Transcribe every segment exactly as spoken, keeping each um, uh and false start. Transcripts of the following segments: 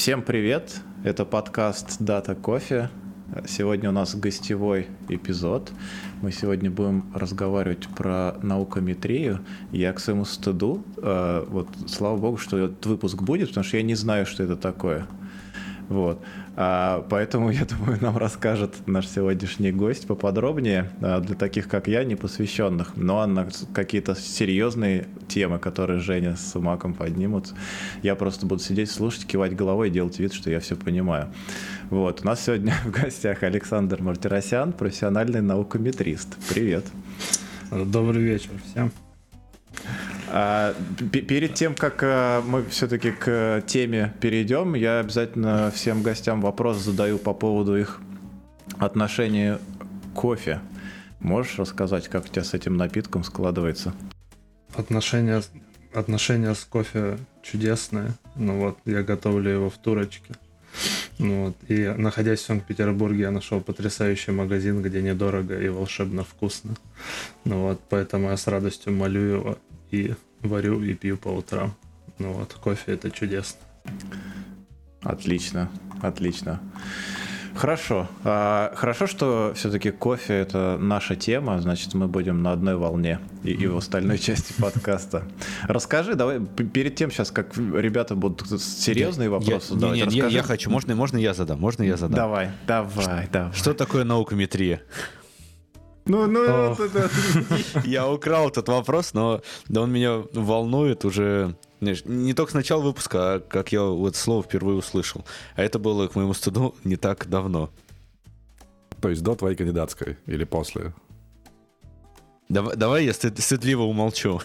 Всем привет! Это подкаст Data Coffee. Сегодня у нас гостевой эпизод. Мы сегодня будем разговаривать про наукометрию. Я к своему стыду, э, вот, слава богу, что этот выпуск будет, потому что я не знаю, что это такое. Вот. А, поэтому, я думаю, нам расскажет наш сегодняшний гость поподробнее а, для таких, как я, непосвященных. Но на какие-то серьезные темы, которые Женя с Маком поднимут, я просто буду сидеть, слушать, кивать головой и делать вид, что я все понимаю. Вот. У нас сегодня в гостях Александр Мартиросян, профессиональный наукометрист. Привет. Добрый вечер всем. А, перед тем, как а, мы все-таки к теме перейдем, я обязательно всем гостям вопрос задаю по поводу их отношения к кофе. Можешь рассказать, как у тебя с этим напитком складывается? Отношения, отношения с кофе чудесные. Ну вот, я готовлю его в турочке. Ну вот, и находясь в Санкт-Петербурге, я нашел потрясающий магазин, где недорого и волшебно вкусно. Ну вот, поэтому я с радостью молю его и варю и пью по утрам. Ну вот, кофе — это чудесно. Отлично, отлично. Хорошо. А, хорошо, что все-таки кофе — это наша тема, значит, мы будем на одной волне и, и в остальной части подкаста. Расскажи, давай, перед тем сейчас, как ребята будут серьезные вопросы я, задавать, не, не, расскажи. Я, я хочу, можно, можно я задам? Можно я задам? Давай, давай, давай. Что такое наукометрия? Ну, ну, это, это. Я украл этот вопрос, но да он меня волнует уже, знаешь, не только с начала выпуска, а как я это слово впервые услышал. А это было, к моему стыду, не так давно. То есть до твоей кандидатской или после? Давай, давай я стыд, стыдливо умолчу.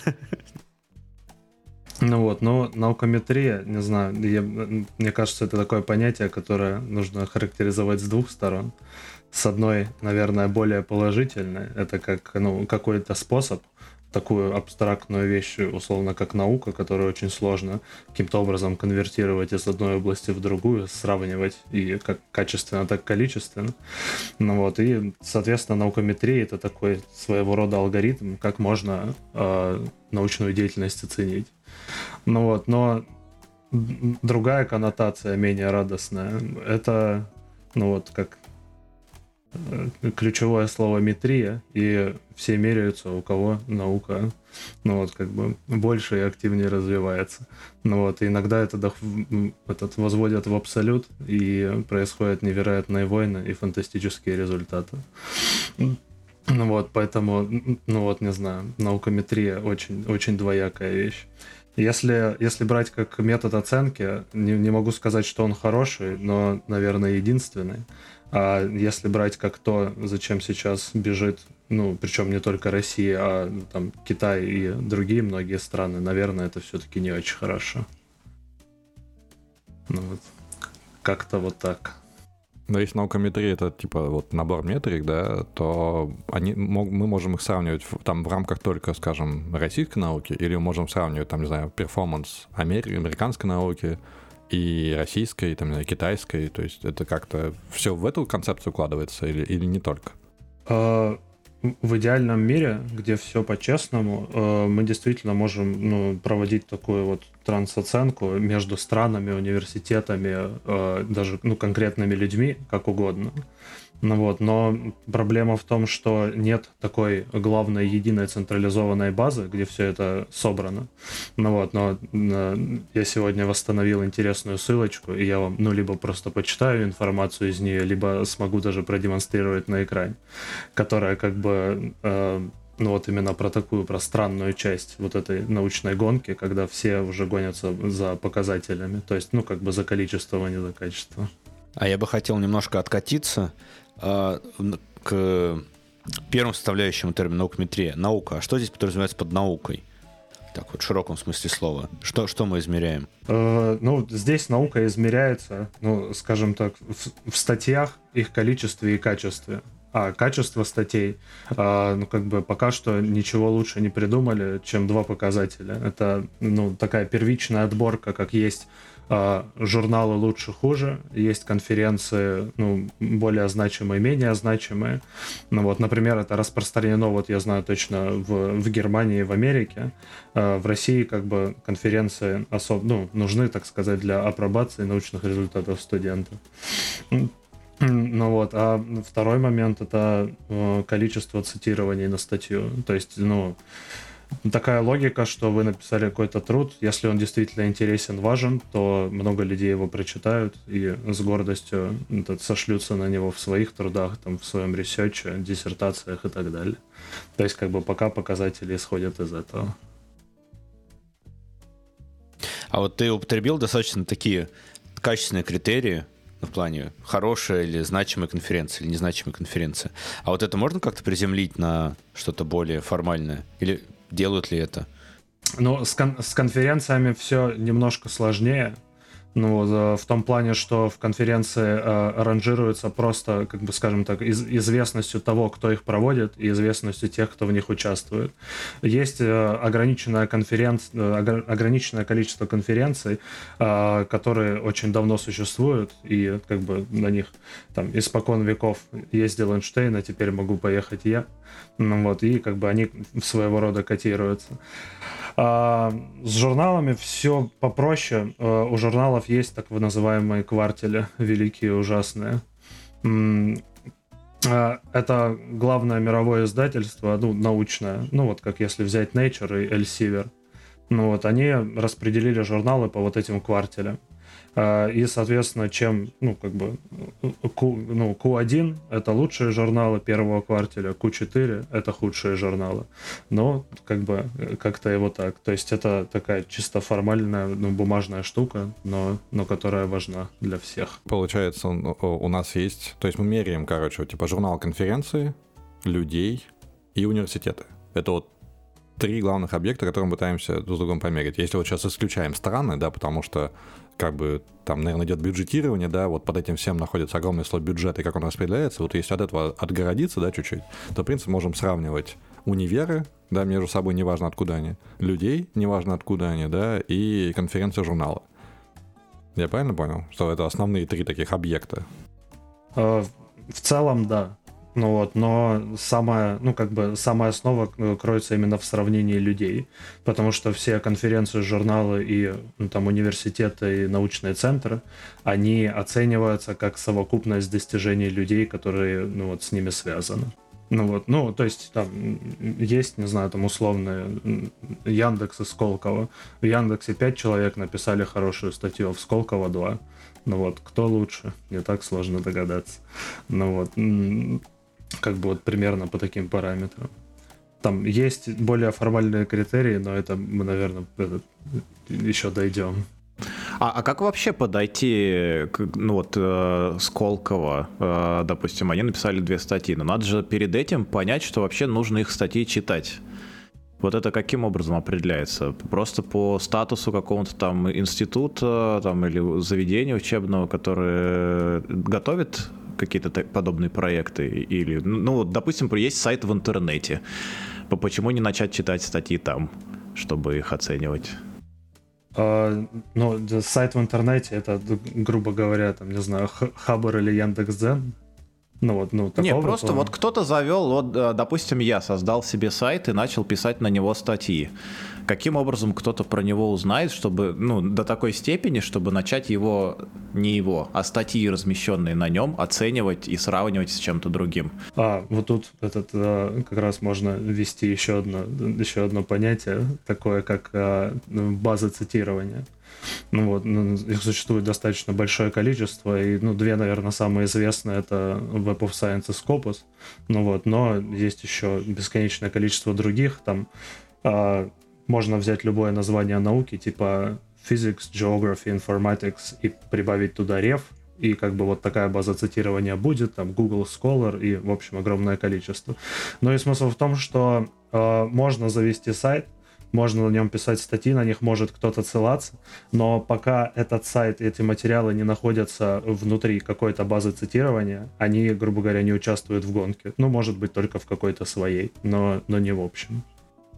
Ну вот, но наукометрия, не знаю, я, мне кажется, это такое понятие, которое нужно характеризовать с двух сторон. С одной, наверное, более положительной, это как, ну, какой-то способ, такую абстрактную вещь, условно, как наука, которую очень сложно каким-то образом конвертировать из одной области в другую, сравнивать и как качественно, так и количественно. Ну вот, и, соответственно, наукометрия — это такой своего рода алгоритм, как можно э, научную деятельность оценить. Ну вот, но другая коннотация, менее радостная, это, ну вот, как ключевое слово метрия, и все меряются, у кого наука, ну вот, как бы больше и активнее развивается. Ну вот, и иногда это этот возводят в абсолют, и происходят невероятные войны и фантастические результаты. Ну вот, поэтому, ну вот, не знаю, наукометрия очень, очень двоякая вещь. Если, если брать как метод оценки, не, не могу сказать, что он хороший, но, наверное, единственный. А если брать как то, зачем сейчас бежит, ну, причем не только Россия, а там Китай и другие многие страны, наверное, это все-таки не очень хорошо. Ну вот, как-то вот так. Но если наукометрия — это типа вот набор метрик, да, то они, мы можем их сравнивать в, там в рамках только, скажем, российской науки, или мы можем сравнивать, там, не знаю, перформанс Амери- американской науки и российской, и, там, не знаю, китайской. То есть это как-то все в эту концепцию укладывается или, или не только? А, в идеальном мире, где все по-честному, мы действительно можем, ну, проводить такую вот трансоценку между странами, университетами, даже, ну, конкретными людьми, как угодно. Ну вот, но проблема в том, что нет такой главной единой централизованной базы, где все это собрано. Ну вот, но я сегодня восстановил интересную ссылочку, и я вам, ну, либо просто почитаю информацию из нее, либо смогу даже продемонстрировать на экране, которая как бы, э, ну вот именно про такую, про странную часть вот этой научной гонки, когда все уже гонятся за показателями, то есть, ну, как бы за количество, а не за качество. А я бы хотел немножко откатиться э, к первому составляющему термину наукометрия. Наука. А что здесь подразумевается под наукой? Так вот, в широком смысле слова. Что, что мы измеряем? Э, ну, здесь наука измеряется, ну, скажем так, в, в статьях, их количестве и качестве. А качество статей, э, ну, как бы пока что ничего лучше не придумали, чем два показателя. Это, ну, такая первичная отборка, как есть А журналы лучше, хуже. Есть конференции, ну, более значимые, менее значимые. Ну, вот, например, это распространено, вот я знаю точно, в, в Германии и в Америке. А в России как бы конференции особо, ну, нужны, так сказать, для апробации научных результатов студентов. Ну вот, а второй момент — это количество цитирований на статью. То есть, ну, такая логика, что вы написали какой-то труд, если он действительно интересен, важен, то много людей его прочитают и с гордостью это, сошлются на него в своих трудах, там, в своем ресерче, диссертациях и так далее. То есть, как бы, пока показатели исходят из этого. А вот ты употребил достаточно такие качественные критерии в плане хорошая или значимая конференция, или незначимая конференция. А вот это можно как-то приземлить на что-то более формальное? Или делают ли это? Ну, с, кон- с конференциями все немножко сложнее. Ну, в том плане, что в конференции э, ранжируется просто, как бы, скажем так, из- известностью того, кто их проводит, и известностью тех, кто в них участвует. Есть э, ограниченное, конференц... огр- ограниченное количество конференций, э, которые очень давно существуют, и как бы на них там испокон веков ездил Эйнштейн, а теперь могу поехать я. Ну, вот, и как бы они своего рода котируются. А с журналами все попроще. У журналов есть так называемые квартели, великие и ужасные. Это главное мировое издательство, ну, научное. Ну, вот как если взять Nature и Elsevier. Ну, вот они распределили журналы по вот этим квартелям. И, соответственно, чем, ну, как бы, Q, ну, кью один — это лучшие журналы первого квартеля, кью четыре — это худшие журналы. Но, как бы, как-то его так. То есть это такая чисто формальная, ну, бумажная штука, но, но которая важна для всех. Получается, у нас есть... То есть мы меряем, короче, типа журнал конференции, людей и университеты. Это вот три главных объекта, которые мы пытаемся друг с другом померить. Если вот сейчас исключаем страны, да, потому что как бы там, наверное, идет бюджетирование, да, вот под этим всем находится огромный слой бюджета, и как он распределяется, вот если от этого отгородиться, да, чуть-чуть, то, в принципе, можем сравнивать универы, да, между собой, неважно откуда они, людей, неважно откуда они, да, и конференции журнала. Я правильно понял, что это основные три таких объекта? В целом, да. Ну вот, но самая, ну как бы самая основа кроется именно в сравнении людей, потому что все конференции, журналы и ну, там университеты и научные центры, они оцениваются как совокупность достижений людей, которые ну вот с ними связаны. Ну вот, ну то есть там есть, не знаю, там условные Яндекс и Сколково. В Яндексе пять человек написали хорошую статью, а в Сколково два. Ну вот, кто лучше? Не так сложно догадаться. Ну вот. Как бы вот примерно по таким параметрам. Там есть более формальные критерии, но это мы, наверное, это, еще дойдем. А, а как вообще подойти, к, ну вот, э, Сколково, э, допустим, они написали две статьи, но надо же перед этим понять, что вообще нужно их статьи читать. Вот это каким образом определяется? Просто по статусу какого-то там института там, или заведения учебного, которое готовит какие-то подобные проекты? Или, ну, допустим, есть сайт в интернете. Почему не начать читать статьи там, чтобы их оценивать? Uh, ну, сайт в интернете — это, грубо говоря, там, не знаю, Хабр или Яндекс.Дзен. Ну, вот, ну, Не, просто плана. Вот кто-то завел, вот, допустим, я создал себе сайт и начал писать на него статьи. Каким образом кто-то про него узнает, чтобы, ну, до такой степени, чтобы начать его, не его, а статьи, размещенные на нем, оценивать и сравнивать с чем-то другим? А, вот тут этот, как раз можно ввести еще одно, еще одно понятие, такое как база цитирования. Ну вот, ну, их существует достаточно большое количество, и, ну, две, наверное, самые известные — это Web of Science и Scopus, ну вот, но есть еще бесконечное количество других, там а, можно взять любое название науки, типа Physics, Geography, Informatics, и прибавить туда реф, и как бы вот такая база цитирования будет, там Google Scholar и, в общем, огромное количество. Но и смысл в том, что а, можно завести сайт, можно на нем писать статьи, на них может кто-то ссылаться, но пока этот сайт и эти материалы не находятся внутри какой-то базы цитирования, они, грубо говоря, не участвуют в гонке. Ну, может быть, только в какой-то своей, но, но не в общем.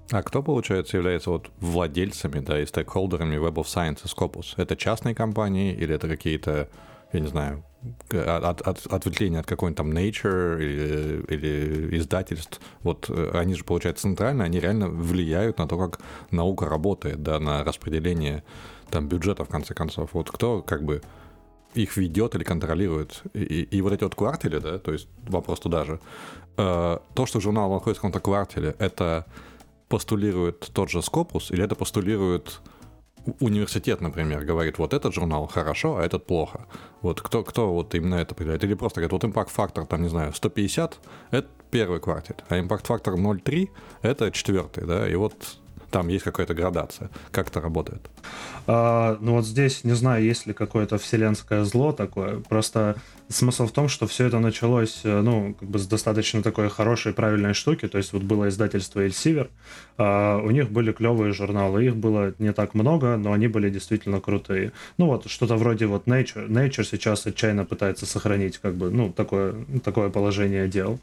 А кто, получается, является вот владельцами, да, и стейкхолдерами Web of Science и Scopus? Это частные компании или это какие-то, я не знаю, от, от, ответвления от какой-нибудь там Nature или, или издательств? Вот они же, получается, центрально, они реально влияют на то, как наука работает, да, на распределение там бюджета, в конце концов. Вот кто как бы их ведет или контролирует? И, и, и вот эти вот квартели, да, то есть вопрос туда же. Э, то, что журнал находится в каком-то квартеле, это постулирует тот же Scopus, или это постулирует университет, например, говорит, вот этот журнал хорошо, а этот плохо. Вот кто, кто вот именно это определяет? Или просто говорит, вот импакт-фактор, там, не знаю, сто пятьдесят — это первый квартет, а импакт-фактор ноль целых три — это четвертый, да, и вот там есть какая-то градация. Как это работает? А, ну вот здесь, не знаю, есть ли какое-то вселенское зло такое. Просто смысл в том, что все это началось, ну, как бы с достаточно такой хорошей, правильной штуки. То есть вот было издательство Elsevier, а у них были клевые журналы. Их было не так много, но они были действительно крутые. Ну вот что-то вроде вот Nature. Nature сейчас отчаянно пытается сохранить как бы, ну, такое, такое положение дел.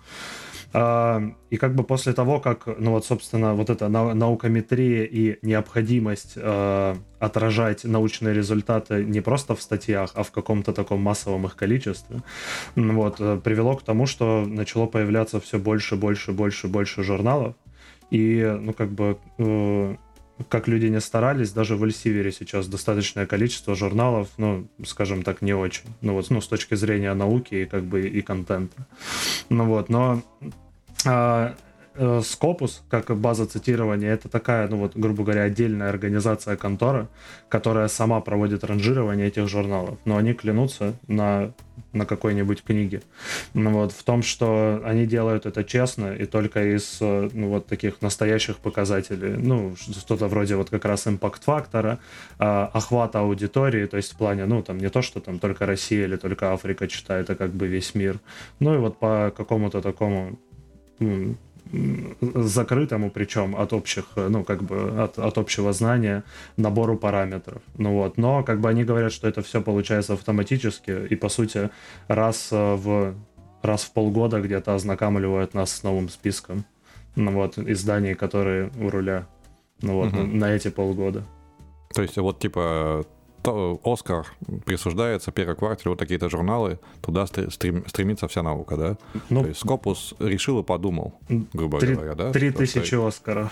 И как бы после того, как, ну вот, собственно, вот эта наукометрия и необходимость э, отражать научные результаты не просто в статьях, а в каком-то таком массовом их количестве, вот, привело к тому, что начало появляться все больше, больше, больше, больше журналов. И, ну, как бы, э, как люди не старались, даже в Elsevier сейчас достаточное количество журналов, ну, скажем так, не очень. Ну, вот, ну, с точки зрения науки и, как бы, и контента. Ну, вот, но а, э, Scopus, как база цитирования, это такая, ну, вот, грубо говоря, отдельная организация, контора, которая сама проводит ранжирование этих журналов. Но они клянутся на, на какой-нибудь книге. Ну, вот, в том, что они делают это честно и только из, ну, вот таких настоящих показателей. Ну, что-то вроде вот как раз импакт-фактора, э, охвата аудитории, то есть в плане, ну, там не то, что там только Россия или только Африка читает, а как бы весь мир. Ну, и вот по какому-то такому закрытому, причем от общих, ну, как бы от, от общего знания, набору параметров. Ну вот. Но как бы они говорят, что это все получается автоматически, и по сути раз в, раз в полгода где-то ознакомливают нас с новым списком, ну, вот, изданий, которые у руля, ну вот, угу. на, на эти полгода. То есть вот типа Оскар присуждается, первый квартал, вот такие-то журналы, туда стрем, стремится вся наука, да? Ну, то есть Scopus решил и подумал, грубо три, говоря, да? Три тысячи Оскаров.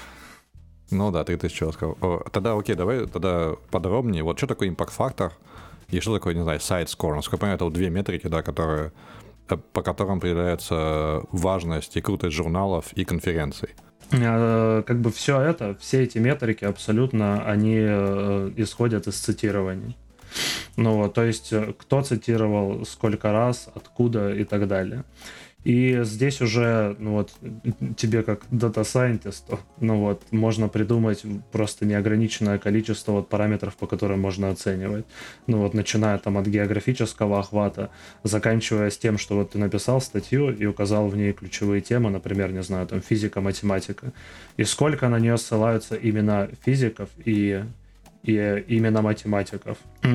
Ну да, три тысячи Оскаров. Тогда окей, давай тогда подробнее. Вот что такое импакт-фактор и что такое, не знаю, сайт-скор? Насколько я понимаю, это вот две метрики, да, которые, по которым определяется важность и крутость журналов и конференций. Как бы все это, все эти метрики абсолютно, они исходят из цитирования. Ну вот, то есть кто цитировал, сколько раз, откуда и так далее. И здесь уже, ну вот, тебе как дата-сайентисту, ну вот, можно придумать просто неограниченное количество вот параметров, по которым можно оценивать. Ну вот, начиная там от географического охвата, заканчивая с тем, что вот ты написал статью и указал в ней ключевые темы, например, не знаю, там физика, математика, и сколько на нее ссылаются именно физиков и и именно математиков.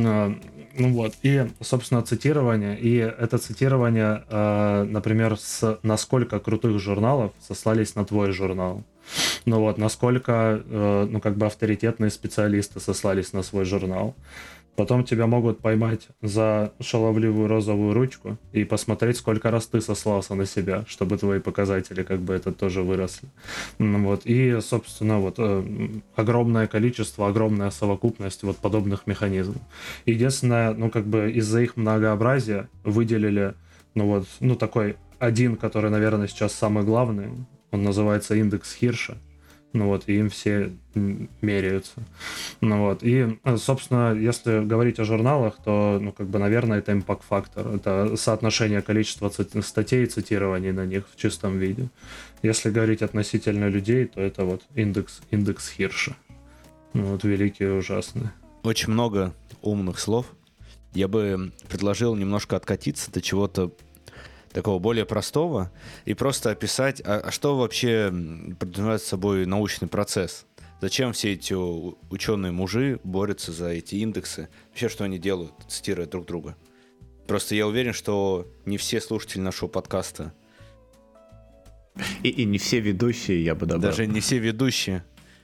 Ну вот, и, собственно, цитирование, и это цитирование, например, с насколько крутых журналов сослались на твой журнал. Ну вот, насколько, ну, как бы авторитетные специалисты сослались на свой журнал. Потом тебя могут поймать за шаловливую розовую ручку и посмотреть, сколько раз ты сослался на себя, чтобы твои показатели как бы это тоже выросли. Вот. И, собственно, вот огромное количество, огромная совокупность вот подобных механизмов. Единственное, ну как бы из-за их многообразия выделили, ну вот, ну такой один, который, наверное, сейчас самый главный, он называется индекс Хирша. Ну вот, и им все меряются. Ну вот, и, собственно, если говорить о журналах, то, ну, как бы, наверное, это импакт-фактор. Это соотношение количества статей и цитирований на них в чистом виде. Если говорить относительно людей, то это вот индекс, индекс Хирша. Ну вот, великий и ужасный. Очень много умных слов. Я бы предложил немножко откатиться до чего-то такого более простого, и просто описать, а, а что вообще подразумевает собой научный процесс. Зачем все эти ученые-мужи борются за эти индексы? Вообще, что они делают, цитируя друг друга. Просто я уверен, что не все слушатели нашего подкаста... И, и не все ведущие, я бы добавил. Даже не все ведущие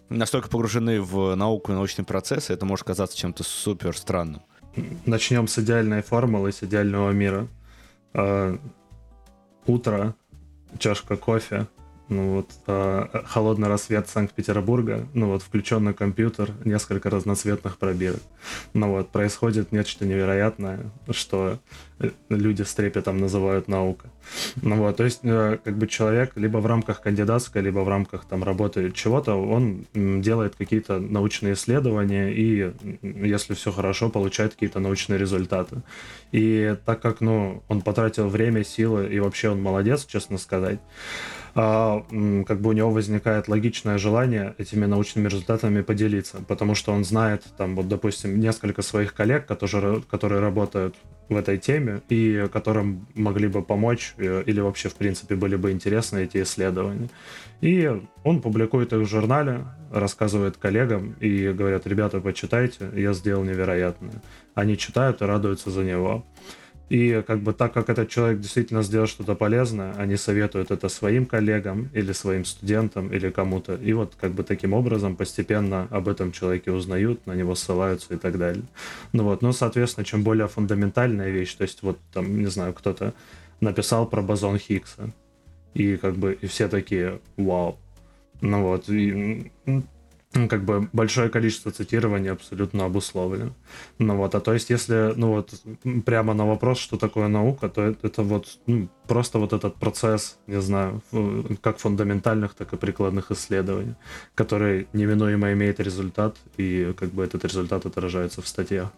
настолько погружены в науку и научный процесс, это может казаться чем-то супер странным. Начнем с идеальной формулы, с идеального мира. Э, утро, чашка кофе, ну вот, э, холодный рассвет Санкт-Петербурга, ну вот, включенный компьютер, несколько разноцветных пробирок. Ну вот, происходит нечто невероятное, что люди с трепетом называют наука. Ну вот, то есть, э, как бы человек либо в рамках кандидатской, либо в рамках там работы чего-то, он делает какие-то научные исследования и, если все хорошо, получает какие-то научные результаты. И так как, ну, он потратил время, силы, и вообще он молодец, честно сказать, а, как бы у него возникает логичное желание этими научными результатами поделиться, потому что он знает, там, вот, допустим, несколько своих коллег, которые, которые работают в этой теме и которым могли бы помочь или вообще, в принципе, были бы интересны эти исследования. И он публикует их в журнале, рассказывает коллегам и говорят: ребята, почитайте, я сделал невероятное. Они читают и радуются за него. И как бы так как этот человек действительно сделал что-то полезное, они советуют это своим коллегам или своим студентам или кому-то. И вот как бы таким образом постепенно об этом человеке узнают, на него ссылаются и так далее. Ну вот, ну, соответственно, чем более фундаментальная вещь, то есть вот там, не знаю, кто-то написал про бозон Хиггса, и как бы и все такие: вау. Ну вот, и как бы большое количество цитирований абсолютно обусловлено. Ну вот, а то есть если, ну вот, прямо на вопрос, что такое наука, то это, это вот, ну, просто вот этот процесс, не знаю, как фундаментальных, так и прикладных исследований, который неминуемо имеет результат, и как бы этот результат отражается в статьях.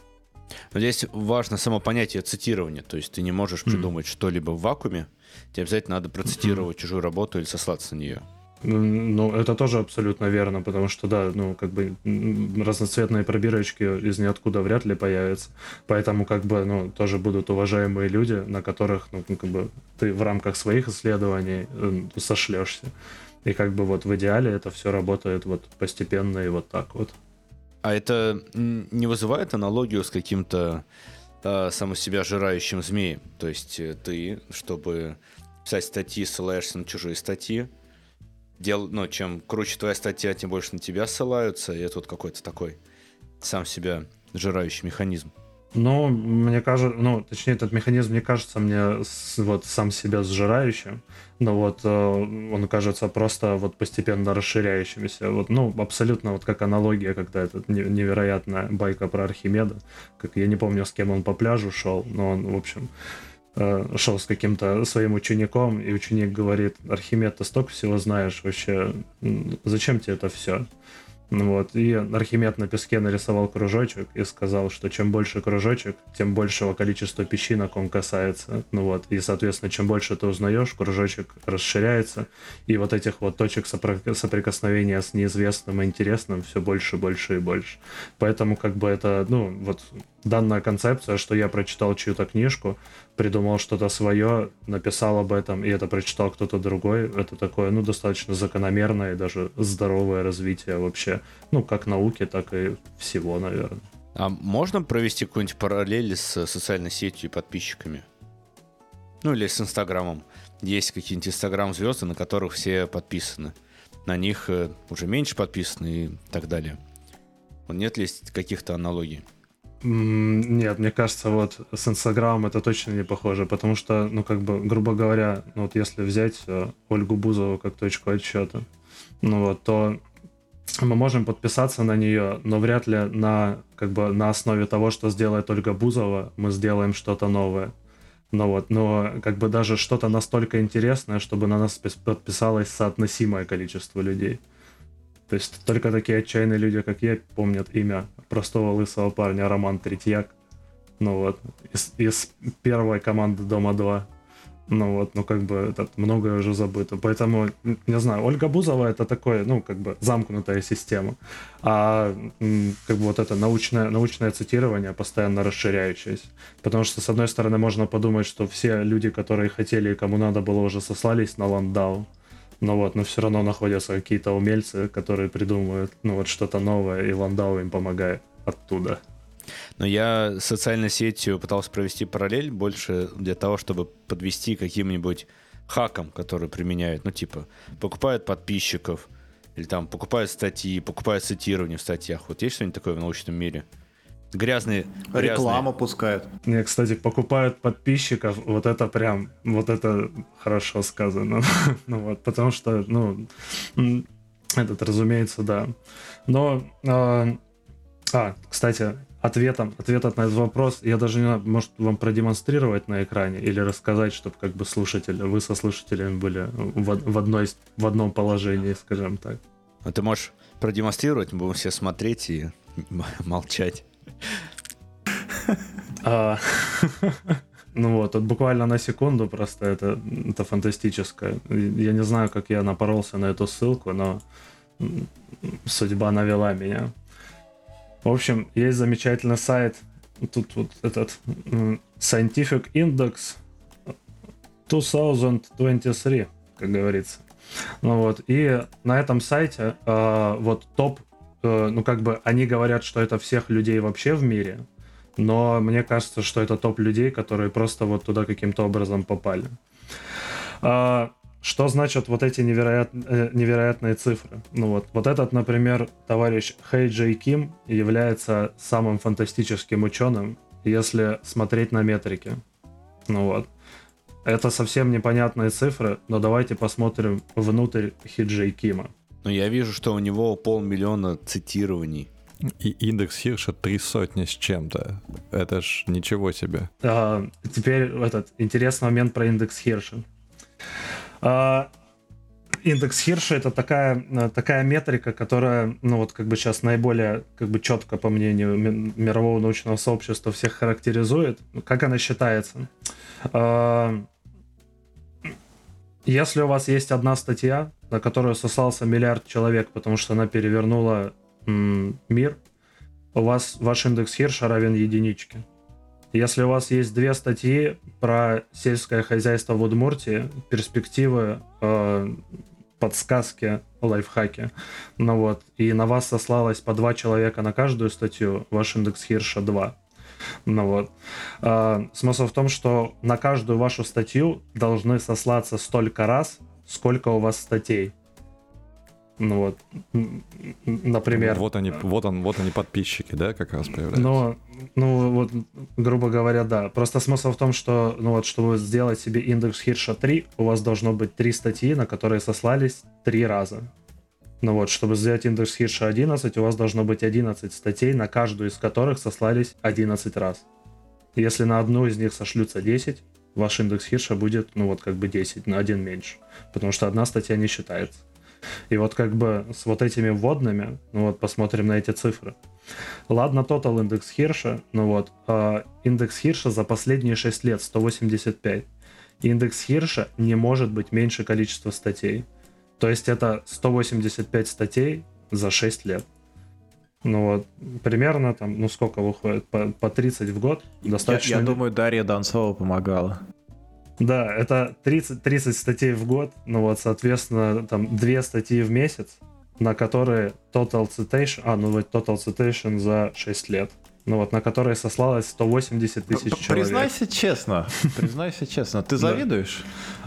Но здесь важно само понятие цитирования, то есть ты не можешь mm-hmm. придумать что-либо в вакууме, тебе обязательно надо процитировать mm-hmm. чужую работу или сослаться на нее. Ну, это тоже абсолютно верно, потому что, да, ну, как бы разноцветные пробирочки из ниоткуда вряд ли появятся, поэтому, как бы, ну, тоже будут уважаемые люди, на которых, ну, как бы, ты в рамках своих исследований сошлешься, и, как бы, вот в идеале это все работает вот постепенно и вот так вот. А это не вызывает аналогию с каким-то э, само себя жирающим змеем? То есть ты, чтобы писать статьи, ссылаешься на чужие статьи, Дел, ну, чем круче твоя статья, тем больше на тебя ссылаются, и это вот какой-то такой сам себя жирающий механизм. Ну, мне кажется, ну, точнее, этот механизм не кажется мне вот сам себя сжирающим, но вот он кажется просто вот постепенно расширяющимся. Вот, ну, абсолютно вот как аналогия, когда эта невероятная байка про Архимеда, как я не помню, с кем он по пляжу шел, но он, в общем, шел с каким-то своим учеником, и ученик говорит: Архимед, ты столько всего знаешь, вообще, зачем тебе это все? Вот. И Архимед на песке нарисовал кружочек и сказал, что чем больше кружочек, тем большего количества песчинок он касается. Ну вот. И, соответственно, чем больше ты узнаешь, кружочек расширяется, и вот этих вот точек соприкосновения с неизвестным и интересным все больше, больше и больше. Поэтому как бы это, ну, вот данная концепция, что я прочитал чью-то книжку, придумал что-то свое, написал об этом, и это прочитал кто-то другой, это такое, ну, достаточно закономерное и даже здоровое развитие вообще, ну, как науки, так и всего, наверное. А можно провести какую-нибудь параллель с социальной сетью и подписчиками? Ну, или с Инстаграмом. Есть какие-нибудь Инстаграм-звезды, на которых все подписаны. На них уже меньше подписаны и так далее. Нет ли каких-то аналогий? Нет, мне кажется, вот с Инстаграмом это точно не похоже, потому что, ну, как бы, грубо говоря, ну, вот если взять Ольгу Бузову как точку отсчета, ну, вот, то мы можем подписаться на нее, но вряд ли на, как бы, на основе того, что сделает Ольга Бузова, мы сделаем что-то новое. Ну, вот, но, как бы, даже что-то настолько интересное, чтобы на нас подписалось соотносимое количество людей. То есть только такие отчаянные люди, как я, помнят имя простого лысого парня Роман Третьяк. Ну вот, из, из первой команды Дома-два. Ну вот, ну как бы это многое уже забыто. Поэтому, не знаю, Ольга Бузова это такое, ну как бы замкнутая система. А как бы вот это научное, научное цитирование постоянно расширяющееся. Потому что, с одной стороны, можно подумать, что все люди, которые хотели и кому надо было, уже сослались на Ландау. Но вот, но все равно находятся какие-то умельцы, которые придумывают, ну вот, что-то новое, и Ландау им помогает оттуда. Но я с социальной сетью пытался провести параллель больше для того, чтобы подвести к каким-нибудь хакам, которые применяют. Ну, типа, покупают подписчиков, Или там покупают статьи, покупают цитирования в статьях. Вот есть что-нибудь такое в научном мире? Грязные... Рекламу грязные... пускают. Не, кстати, покупают подписчиков, вот это прям, вот это хорошо сказано. Ну вот, потому что, ну, этот, разумеется, да. Но, э, а, кстати, ответом, ответом на этот вопрос, я даже не знаю, может, вам продемонстрировать на экране или рассказать, чтобы как бы слушатели, вы со слушателями были в, в, одной, в одном положении, скажем так. А ты можешь продемонстрировать, мы будем все смотреть и молчать. А, ну вот, вот буквально на секунду просто это, это фантастическое. Я не знаю, как я напоролся на эту ссылку, но судьба навела меня. В общем, есть замечательный сайт, тут вот этот Scientific Index две тысячи двадцать три, как говорится. Ну вот, и на этом сайте э, вот топ, э, ну как бы они говорят, что это всех людей вообще в мире, но мне кажется, что это топ людей, которые просто вот туда каким-то образом попали. А, что значат вот эти невероят... невероятные цифры? Ну вот, вот этот, например, товарищ Хэй Джей Ким является самым фантастическим ученым, если смотреть на метрики. Ну вот. Это совсем непонятные цифры, но давайте посмотрим внутрь Хэй Джей Кима. Ну, я вижу, что у него полмиллиона цитирований. И индекс Хирша три сотни с чем-то. Это ж ничего себе. А, теперь этот интересный момент про индекс Хирша. А, индекс Хирша — это такая, такая метрика, которая, ну вот как бы сейчас наиболее как бы четко, по мнению мирового научного сообщества, всех характеризует. Как она считается? А, если у вас есть одна статья, на которую сослался миллиард человек, потому что она перевернула м, мир, у вас ваш индекс Хирша равен единичке. Если у вас есть две статьи про сельское хозяйство в Удмуртии, перспективы, э, подсказки, лайфхаки, ну вот, и на вас сослалось по два человека на каждую статью, ваш индекс Хирша два. Ну вот. Э, смысл в том, что на каждую вашу статью должны сослаться столько раз, сколько у вас статей. Ну вот, например... Вот они, вот он, вот они подписчики, да, как раз появляются? Ну, ну, вот, грубо говоря, да. Просто смысл в том, что, ну вот, чтобы сделать себе индекс Хирша три, у вас должно быть три статьи, на которые сослались три раза. Ну вот, чтобы сделать индекс Хирша одиннадцать, у вас должно быть одиннадцать статей, на каждую из которых сослались одиннадцать раз. Если на одну из них сошлются десять, ваш индекс Хирша будет, ну вот, как бы десять, на один меньше. Потому что одна статья не считается. И вот как бы с вот этими вводными, ну вот посмотрим на эти цифры. Ладно, total индекс Хирша, ну вот, э, индекс Хирша за последние шесть лет сто восемьдесят пять. Индекс Хирша не может быть меньше количества статей. То есть это сто восемьдесят пять статей за шесть лет. Ну вот, примерно там, ну сколько выходит, по, по тридцать в год. Достаточно. Я, я думаю, Дарья Донцова помогала. Да, это тридцать, тридцать статей в год, ну вот, соответственно, там две статьи в месяц, на которые total citation, а, ну вот total citation за шесть лет, ну вот, на которые сослалось сто восемьдесят тысяч человек. Признайся честно, признайся честно, ты завидуешь?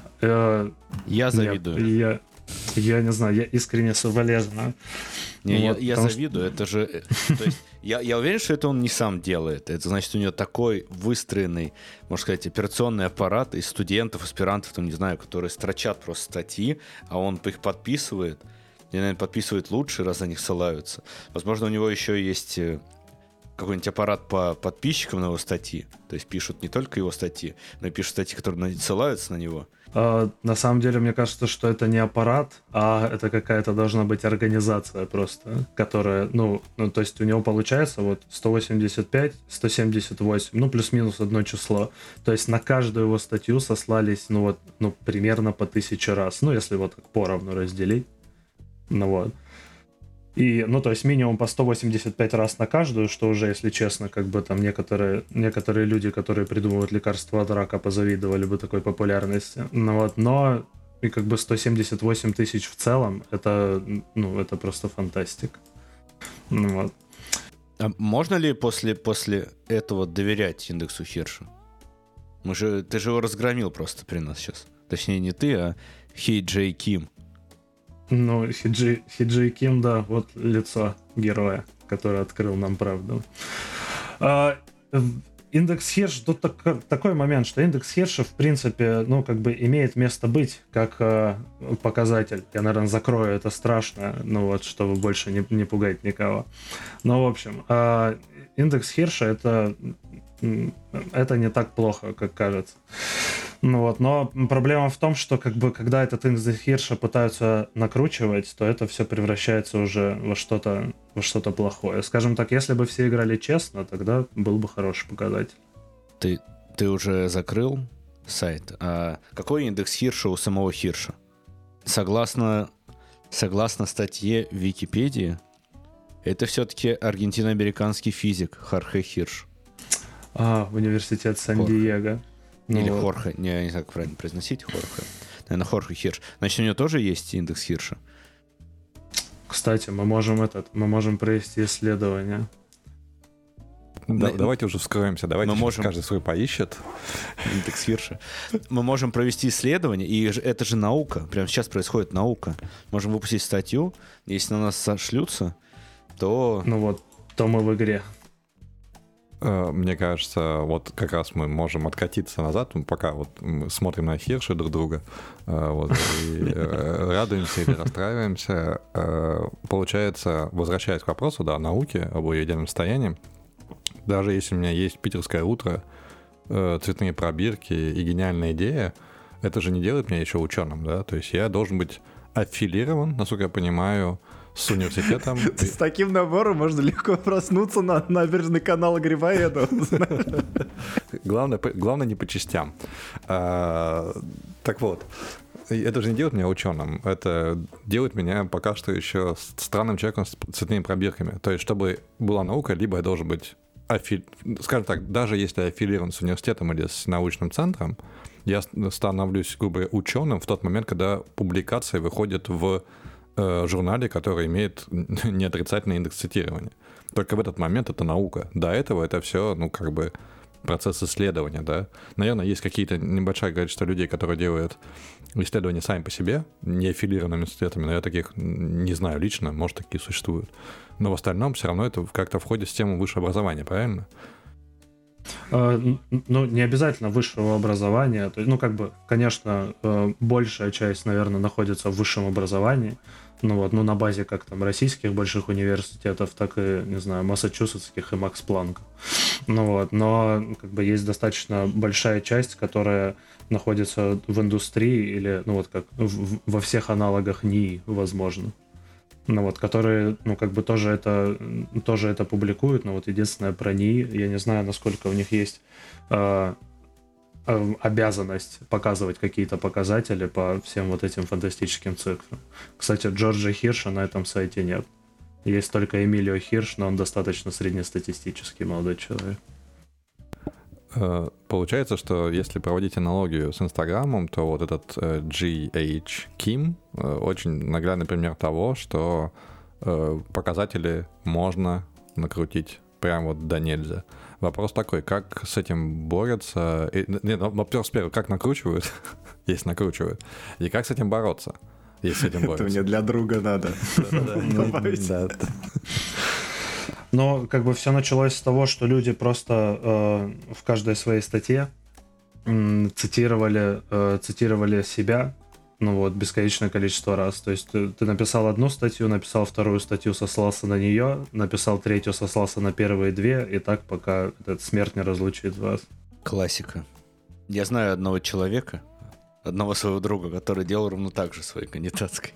Я завидую. Я, я не знаю, я искренне соболезную. Не, вот, я, я завидую, что... это же... То есть, я, я уверен, что это он не сам делает. Это значит, у него такой выстроенный, можно сказать, операционный аппарат из студентов, аспирантов, там, не знаю, которые строчат просто статьи, а он их подписывает. И, наверное, подписывает лучше, раз за них ссылаются. Возможно, у него еще есть какой-нибудь аппарат по подписчикам на его статьи. То есть пишут не только его статьи, но и пишут статьи, которые ссылаются на него. Uh, на самом деле, мне кажется, что это не аппарат, а это какая-то должна быть организация просто, которая, ну, ну, то есть у него получается вот сто восемьдесят пять, сто семьдесят восемь, ну, плюс-минус одно число. То есть на каждую его статью сослались, ну, вот, ну, примерно по тысяче раз, ну, если вот так поровну разделить, ну, вот. И, ну, то есть минимум по сто восемьдесят пять раз на каждую, что уже, если честно, как бы там некоторые, некоторые люди, которые придумывают лекарства от рака, позавидовали бы такой популярности. Ну, вот, но и как бы сто семьдесят восемь тысяч в целом, это, ну, это просто фантастика. Ну, вот. А можно ли после, после этого доверять индексу Хирша? Мы же, ты же его разгромил просто при нас сейчас. Точнее, не ты, а Хэй Джей Ким. Ну, Хиджи, Хиджи Ким, да, вот лицо героя, который открыл нам правду. А, индекс Хирш, тут так, такой момент, что индекс Хирша, в принципе, ну, как бы имеет место быть как а, показатель. Я, наверное, закрою это страшно, ну вот, чтобы больше не, не пугать никого. Ну, в общем, а, индекс Хирша это, это не так плохо, как кажется. Ну вот, но проблема в том, что как бы когда этот индекс Хирша пытаются накручивать, то это все превращается уже во что-то, во что-то плохое. Скажем так, если бы все играли честно, тогда был бы хороший показатель. Ты, ты уже закрыл сайт. А какой индекс Хирша у самого Хирша? Согласно, согласно статье в Википедии, это все-таки аргентино-американский физик Хорхе Хирш. А, университет Сан-Диего. Ну, Или вот. Хорхе, не, я не знаю, как правильно произносить, Хорхе. Наверное, Хорхе Хирш. Значит, у него тоже есть индекс Хирша? Кстати, мы можем этот, мы можем провести исследование. Да, Мы- давайте уже вскроемся, давайте Мы сейчас можем- каждый свой поищет. Индекс Хирша. Мы можем провести исследование, и ж- это же наука. Прямо сейчас происходит наука. Можем выпустить статью. Если на нас сошлются, то... Ну вот, то мы в игре. Э, Мне кажется, вот как раз мы можем откатиться назад, мы пока вот мы смотрим на Хирша друг друга, э, вот, и э, радуемся или расстраиваемся. Э, Получается, возвращаясь к вопросу, да, науки, об ее идеальном состоянии, даже если у меня есть питерское утро, э, цветные пробирки и гениальная идея, это же не делает меня еще ученым, да, то есть я должен быть аффилирован, насколько я понимаю, с университетом. С таким набором можно легко проснуться на набережной канала Грибоедова. Главное, по- главное не по частям. А, так вот, это же не делает меня ученым, это делает меня пока что еще странным человеком с цветными пробирками. То есть, чтобы была наука, либо я должен быть, аффи... скажем так, даже если я аффилирован с университетом или с научным центром, я становлюсь, грубо говоря, ученым в тот момент, когда публикация выходит в э, журнале, который имеет неотрицательный индекс цитирования. Только в этот момент это наука. До этого это все, ну, как бы процесс исследования, да. Наверное, есть какие-то небольшое количество людей, которые делают исследования сами по себе, не аффилированными университетами, но я таких не знаю лично, может, такие существуют. Но в остальном все равно это как-то входит в тему высшего образования, правильно? Э, н- Ну, не обязательно высшего образования. То есть, ну, как бы, конечно, э, большая часть, наверное, находится в высшем образовании. Ну вот, ну, на базе как там российских больших университетов, так и, не знаю, массачусетских и Макс Планка. Ну вот, но как бы есть достаточно большая часть, которая находится в индустрии или, ну вот, как в- в- во всех аналогах НИИ, возможно. Ну вот, которые, ну, как бы тоже это, тоже это публикуют, но вот единственное про НИИ, я не знаю, насколько у них есть э, э, обязанность показывать какие-то показатели по всем вот этим фантастическим цифрам. Кстати, Джорджа Хирша на этом сайте нет. Есть только Эмилио Хирш, но он достаточно среднестатистический молодой человек. Э, Получается, что если проводить аналогию с Инстаграмом, то вот этот э, Джи Эйч Ким э, очень наглядный пример того, что э, показатели можно накрутить прям вот до нельзя. Вопрос такой, как с этим борются? И, нет, ну, во-первых, сперва, как накручивают, если накручивают, и как с этим бороться, если с этим Это борются. мне для друга надо. Добавить. Да. Но как бы все началось с того, что люди просто э, в каждой своей статье м, цитировали, э, цитировали себя, ну вот, бесконечное количество раз. То есть ты, ты написал одну статью, написал вторую статью, сослался на нее, написал третью, сослался на первые две, и так пока этот смерть не разлучит вас. Классика. Я знаю одного человека, одного своего друга, который делал ровно так же своей кандидатской.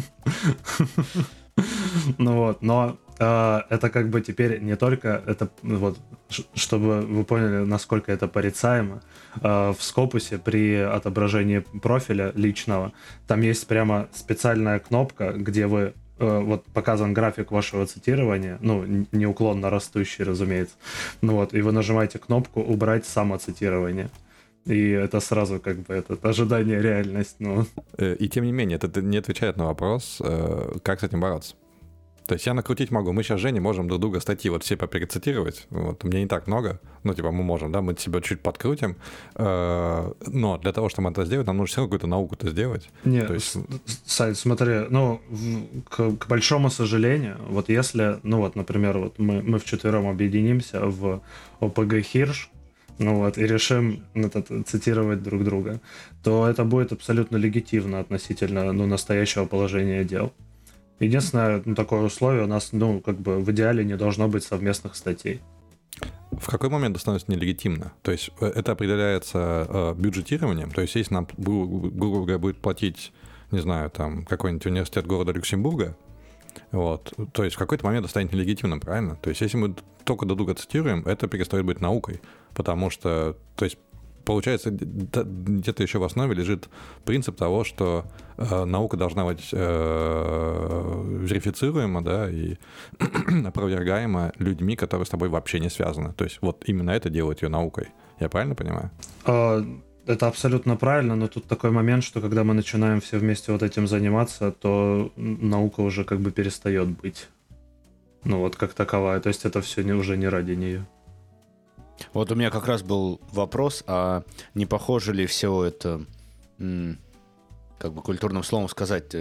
Ну вот, но э, это как бы теперь не только это, ну вот, ш- чтобы вы поняли, насколько это порицаемо, э, в Scopus при отображении профиля личного там есть прямо специальная кнопка, где вы э, вот показан график вашего цитирования, ну, н- неуклонно растущий, разумеется, ну вот, и вы нажимаете кнопку «Убрать самоцитирование». И это сразу как бы это ожидание реальность, ну. Э, И тем не менее, это не отвечает на вопрос, э, как с этим бороться. То есть я накрутить могу. Мы сейчас, Женя, можем друг друга статьи вот все поперецитировать. Вот, мне не так много. Ну, типа, мы можем, да, мы себя чуть подкрутим. Но для того, чтобы это сделать, нам нужно все равно какую-то науку-то сделать. Нет, То есть... Сань, смотри, ну, к, к большому сожалению, вот если, ну вот, например, вот мы, мы вчетвером объединимся в ОПГ Хирш, ну вот, и решим это, цитировать друг друга, то это будет абсолютно легитимно относительно, ну, настоящего положения дел. Единственное, ну, такое условие у нас, ну, как бы в идеале не должно быть совместных статей. В какой момент это становится нелегитимно? То есть это определяется э, бюджетированием? То есть если нам, грубо говоря, будет платить, не знаю, там, какой-нибудь университет города Люксембурга, вот, то есть в какой-то момент это станет нелегитимным, правильно? То есть если мы только друг друга цитируем, это перестает быть наукой, потому что, то есть, получается, где-то еще в основе лежит принцип того, что э, наука должна быть э, верифицируема, да, и опровергаема людьми, которые с тобой вообще не связаны. То есть вот именно это делает ее наукой. Я правильно понимаю? Это абсолютно правильно, но тут такой момент, что когда мы начинаем все вместе вот этим заниматься, то наука уже как бы перестает быть, ну вот как таковая. То есть это все не, уже не ради нее. Вот у меня как раз был вопрос, а не похоже ли все это, как бы культурным словом сказать,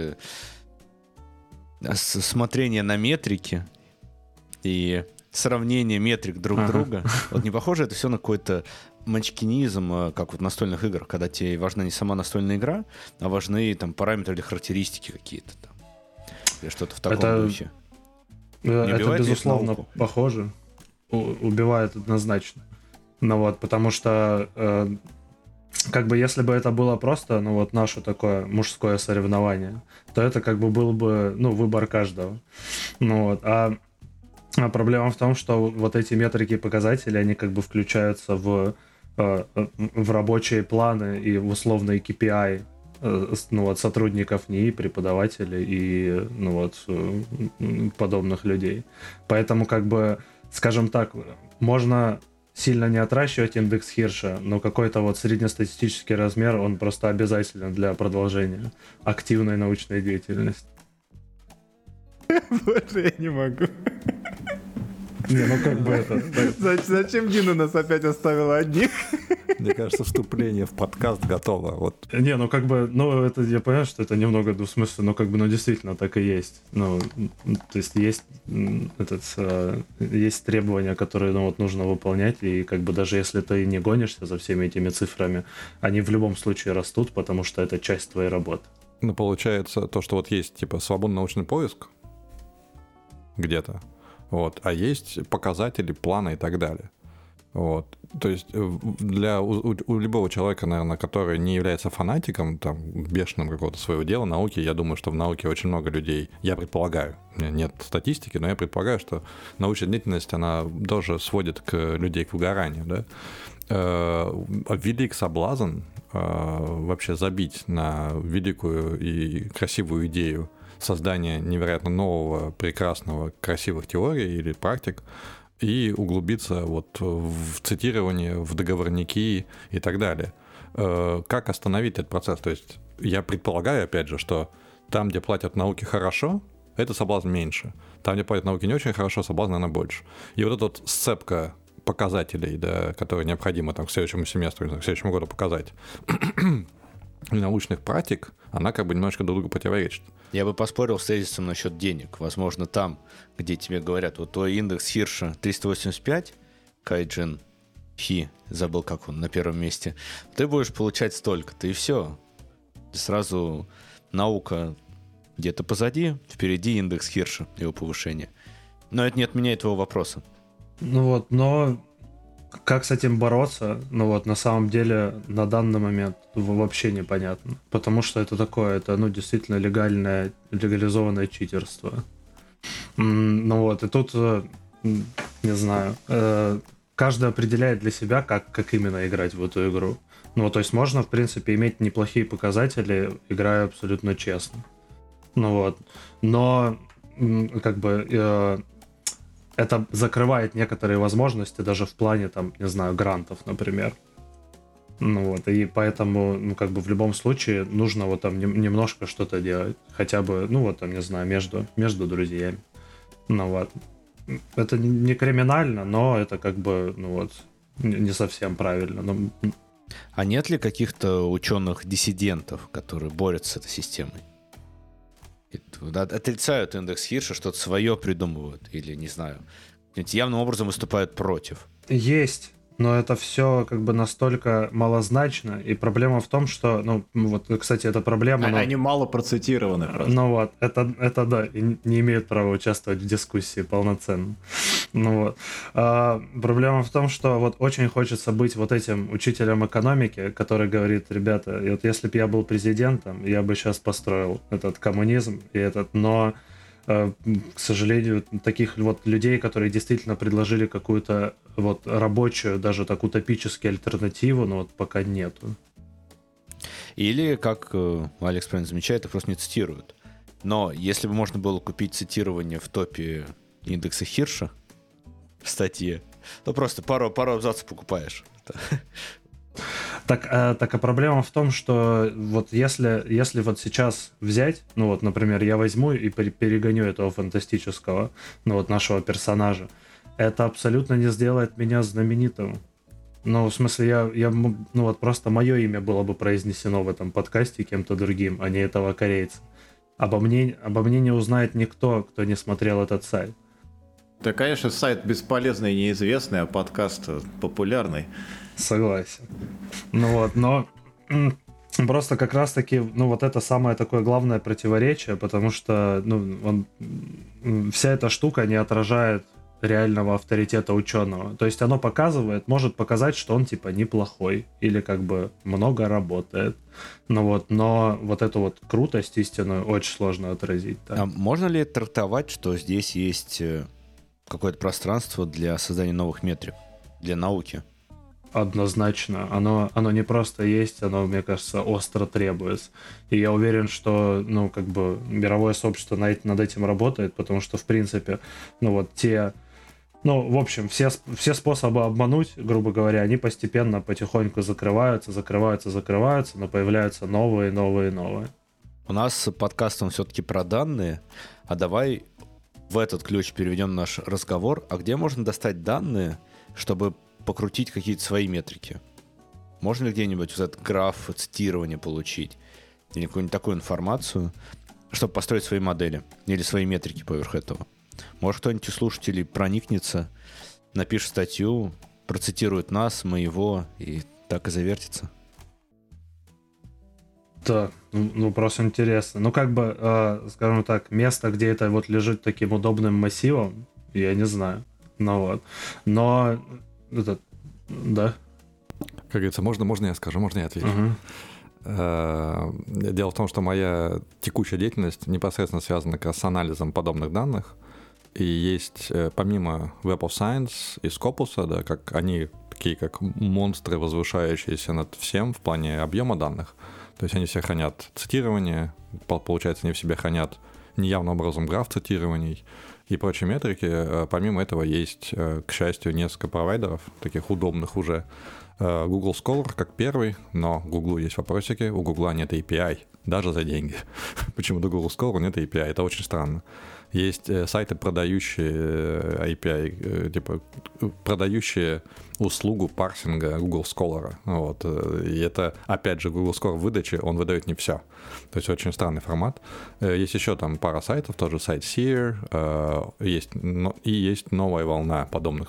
смотрение на метрики и сравнение метрик друг ага. друга? Вот не похоже это все на какой-то манчкинизм, как вот в настольных играх, когда тебе важна не сама настольная игра, а важны там параметры или характеристики какие-то там, или что-то в таком это, духе. Это, безусловно, похоже. Убивает однозначно. Ну вот, потому что э, как бы если бы это было просто, ну вот наше такое мужское соревнование, то это как бы был бы, ну, выбор каждого. Ну вот, а, а проблема в том, что вот эти метрики и показатели, они как бы включаются в, э, в рабочие планы и в условные кей пи ай, э, ну вот, сотрудников НИИ, преподавателей и, ну вот, э, подобных людей. Поэтому как бы, скажем так, можно сильно не отращивать индекс Хирша, но какой-то вот среднестатистический размер, он просто обязателен для продолжения активной научной деятельности. Боже, я не могу. Не, ну как бы это... Зачем Дина нас опять оставила одних? Мне кажется, вступление в подкаст готово. Вот. Не, ну как бы, ну это я понимаю, что это немного двусмысленно, но как бы, ну действительно так и есть. Ну, то есть есть этот, есть требования, которые, ну вот нужно выполнять, и как бы даже если ты не гонишься за всеми этими цифрами, они в любом случае растут, потому что это часть твоей работы. Ну, получается, то, что вот есть, типа, свободный научный поиск где-то, вот, а есть показатели, планы и так далее. Вот. То есть для у, у любого человека, наверное, который не является фанатиком, там, бешеным какого-то своего дела, науки, я думаю, что в науке очень много людей, я предполагаю, у меня нет статистики, но я предполагаю, что научная деятельность, она тоже сводит к людей к выгоранию, да. Велик соблазн вообще забить на великую и красивую идею создания невероятно нового, прекрасного, красивых теорий или практик, и углубиться вот в цитирование, в договорники и так далее. Как остановить этот процесс? То есть я предполагаю, опять же, что там, где платят науке хорошо, это соблазн меньше. Там, где платят науке не очень хорошо, соблазн, наверное, больше. И вот эта вот сцепка показателей, да, которые необходимо там, к следующему семестру, к следующему году показать, научных практик, она как бы немножко друг другу противоречит. Я бы поспорил с тезисом насчет денег. Возможно, там, где тебе говорят, вот твой индекс Хирша триста восемьдесят пять, Кайджин Хи, забыл, как он, на первом месте, ты будешь получать столько-то, и все. Сразу наука где-то позади, впереди индекс Хирша, его повышение. Но это не отменяет твоего вопроса. Ну вот, но как с этим бороться, ну вот, на самом деле, на данный момент вообще непонятно. Потому что это такое, это, ну, действительно легальное, легализованное читерство. Ну вот, и тут, не знаю, каждый определяет для себя, как, как именно играть в эту игру. Ну вот, то есть можно, в принципе, иметь неплохие показатели, играя абсолютно честно. Ну вот, но, как бы... это закрывает некоторые возможности даже в плане, там, не знаю, грантов, например. Ну вот, и поэтому, ну, как бы в любом случае нужно вот там немножко что-то делать. Хотя бы, ну вот там, не знаю, между, между друзьями. Ну вот. Это не криминально, но это как бы, ну вот, не совсем правильно. Но... А нет ли каких-то ученых-диссидентов, которые борются с этой системой? Отрицают индекс Хирша, что-то свое придумывают, или, не знаю, явным образом выступают против? Есть. Но это все как бы настолько малозначно, и проблема в том, что, ну, вот, кстати, эта проблема... А, ну, они мало процитированы просто. Ну вот, это, это да, и не имеют права участвовать в дискуссии полноценно. Ну вот. А, проблема в том, что вот очень хочется быть вот этим учителем экономики, который говорит, ребята, и вот если бы я был президентом, я бы сейчас построил этот коммунизм, и этот, но... к сожалению, таких вот людей, которые действительно предложили какую-то вот рабочую, даже так утопически альтернативу, но вот пока нету. Или, как Алекс правильно замечает, их просто не цитируют. Но если бы можно было купить цитирование в топе индекса Хирша в статье, то просто пару, пару абзацев покупаешь. Так, а, так, а проблема в том, что вот если, если вот сейчас взять, ну вот, например, я возьму и перегоню этого фантастического, ну вот, нашего персонажа, это абсолютно не сделает меня знаменитым. Ну, в смысле, я, я, ну вот, просто мое имя было бы произнесено в этом подкасте кем-то другим, а не этого корейца. Обо мне, обо мне не узнает никто, кто не смотрел этот сайт. Да, конечно, сайт бесполезный и неизвестный, а подкаст популярный. Согласен. Ну вот, но просто как раз-таки, ну вот это самое такое главное противоречие, потому что, ну, он, вся эта штука не отражает реального авторитета ученого. То есть оно показывает, может показать, что он типа неплохой или как бы много работает. Ну вот, но вот эту вот крутость истинную очень сложно отразить. Да. А можно ли трактовать, что здесь есть какое-то пространство для создания новых метрик, для науки? Однозначно. Оно, оно не просто есть, оно, мне кажется, остро требуется. И я уверен, что, ну, как бы мировое сообщество над, над этим работает, потому что, в принципе, ну, вот те... Ну, в общем, все, все способы обмануть, грубо говоря, они постепенно, потихоньку закрываются, закрываются, закрываются, но появляются новые, новые, новые. У нас подкаст, он все-таки про данные, а давай в этот ключ переведем наш разговор. А где можно достать данные, чтобы покрутить какие-то свои метрики? Можно ли где-нибудь вот этот граф цитирования получить? Или какую-нибудь такую информацию, чтобы построить свои модели? Или свои метрики поверх этого? Может, кто-нибудь из слушателей проникнется, напишет статью, процитирует нас, мы его, и так и завертится? Да, ну просто интересно. Ну как бы, э, скажем так, место, где это вот лежит таким удобным массивом, я не знаю. Ну вот. Но это, да. Как говорится, можно, можно я скажу, можно я отвечу. Uh-huh. Дело в том, что моя текущая деятельность непосредственно связана как раз с анализом подобных данных. И есть, помимо Web of Science и Scopus, да, как они такие как монстры, возвышающиеся над всем в плане объема данных. То есть они все хранят цитирование, получается, они в себе хранят неявным образом граф цитирований и прочие метрики. Помимо этого есть, к счастью, несколько провайдеров, таких удобных уже. Google Scholar как первый, но Google есть вопросики, у Google нет эй пи ай, даже за деньги. Почему-то Google Scholar нет эй пи ай, это очень странно. Есть сайты, продающие эй пи ай, типа продающие услугу парсинга Google Scholar. Вот. И это, опять же, Google Scholar в выдаче, он выдает не все. То есть очень странный формат. Есть еще там пара сайтов, тоже сайт Seer, есть, и есть новая волна подобных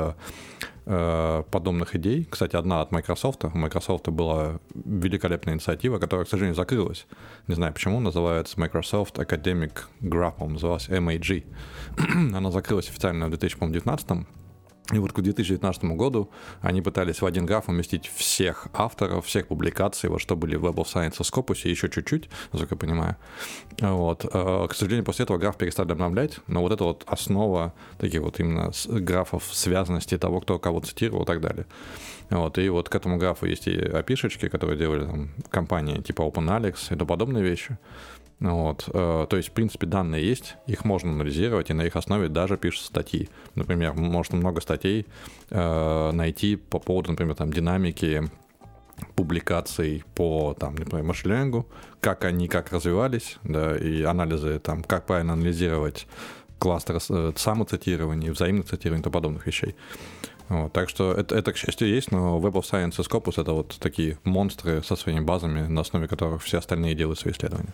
подобных идей. Кстати, одна от Microsoft. У Microsoft была великолепная инициатива, которая, к сожалению, закрылась. Не знаю почему, называется Microsoft Academic Graph, называлась эм эй джи. Она закрылась официально в две тысячи девятнадцатом. И вот к две тысячи девятнадцатому году они пытались в один граф уместить всех авторов, всех публикаций, вот что были в Web of Science и Scopus, и еще чуть-чуть, насколько я понимаю. Вот. К сожалению, после этого граф перестали обновлять, но вот это вот основа таких вот именно графов связанности того, кто кого цитировал и так далее. Вот. И вот к этому графу есть и эй пи ай-шечки, которые делали там компании типа OpenAlex и тому подобные вещи. Вот. То есть, в принципе, данные есть, их можно анализировать, и на их основе даже пишутся статьи. Например, можно много статей э, найти по поводу, например, там, динамики публикаций по, там, например, машин-лернингу, как они как развивались, да, и анализы, там, как правильно анализировать кластер э, самоцитирования, взаимных цитирований и тому подобных вещей. Вот, так что это, это, к счастью, есть, но Web of Science и Scopus — это вот такие монстры со своими базами, на основе которых все остальные делают свои исследования.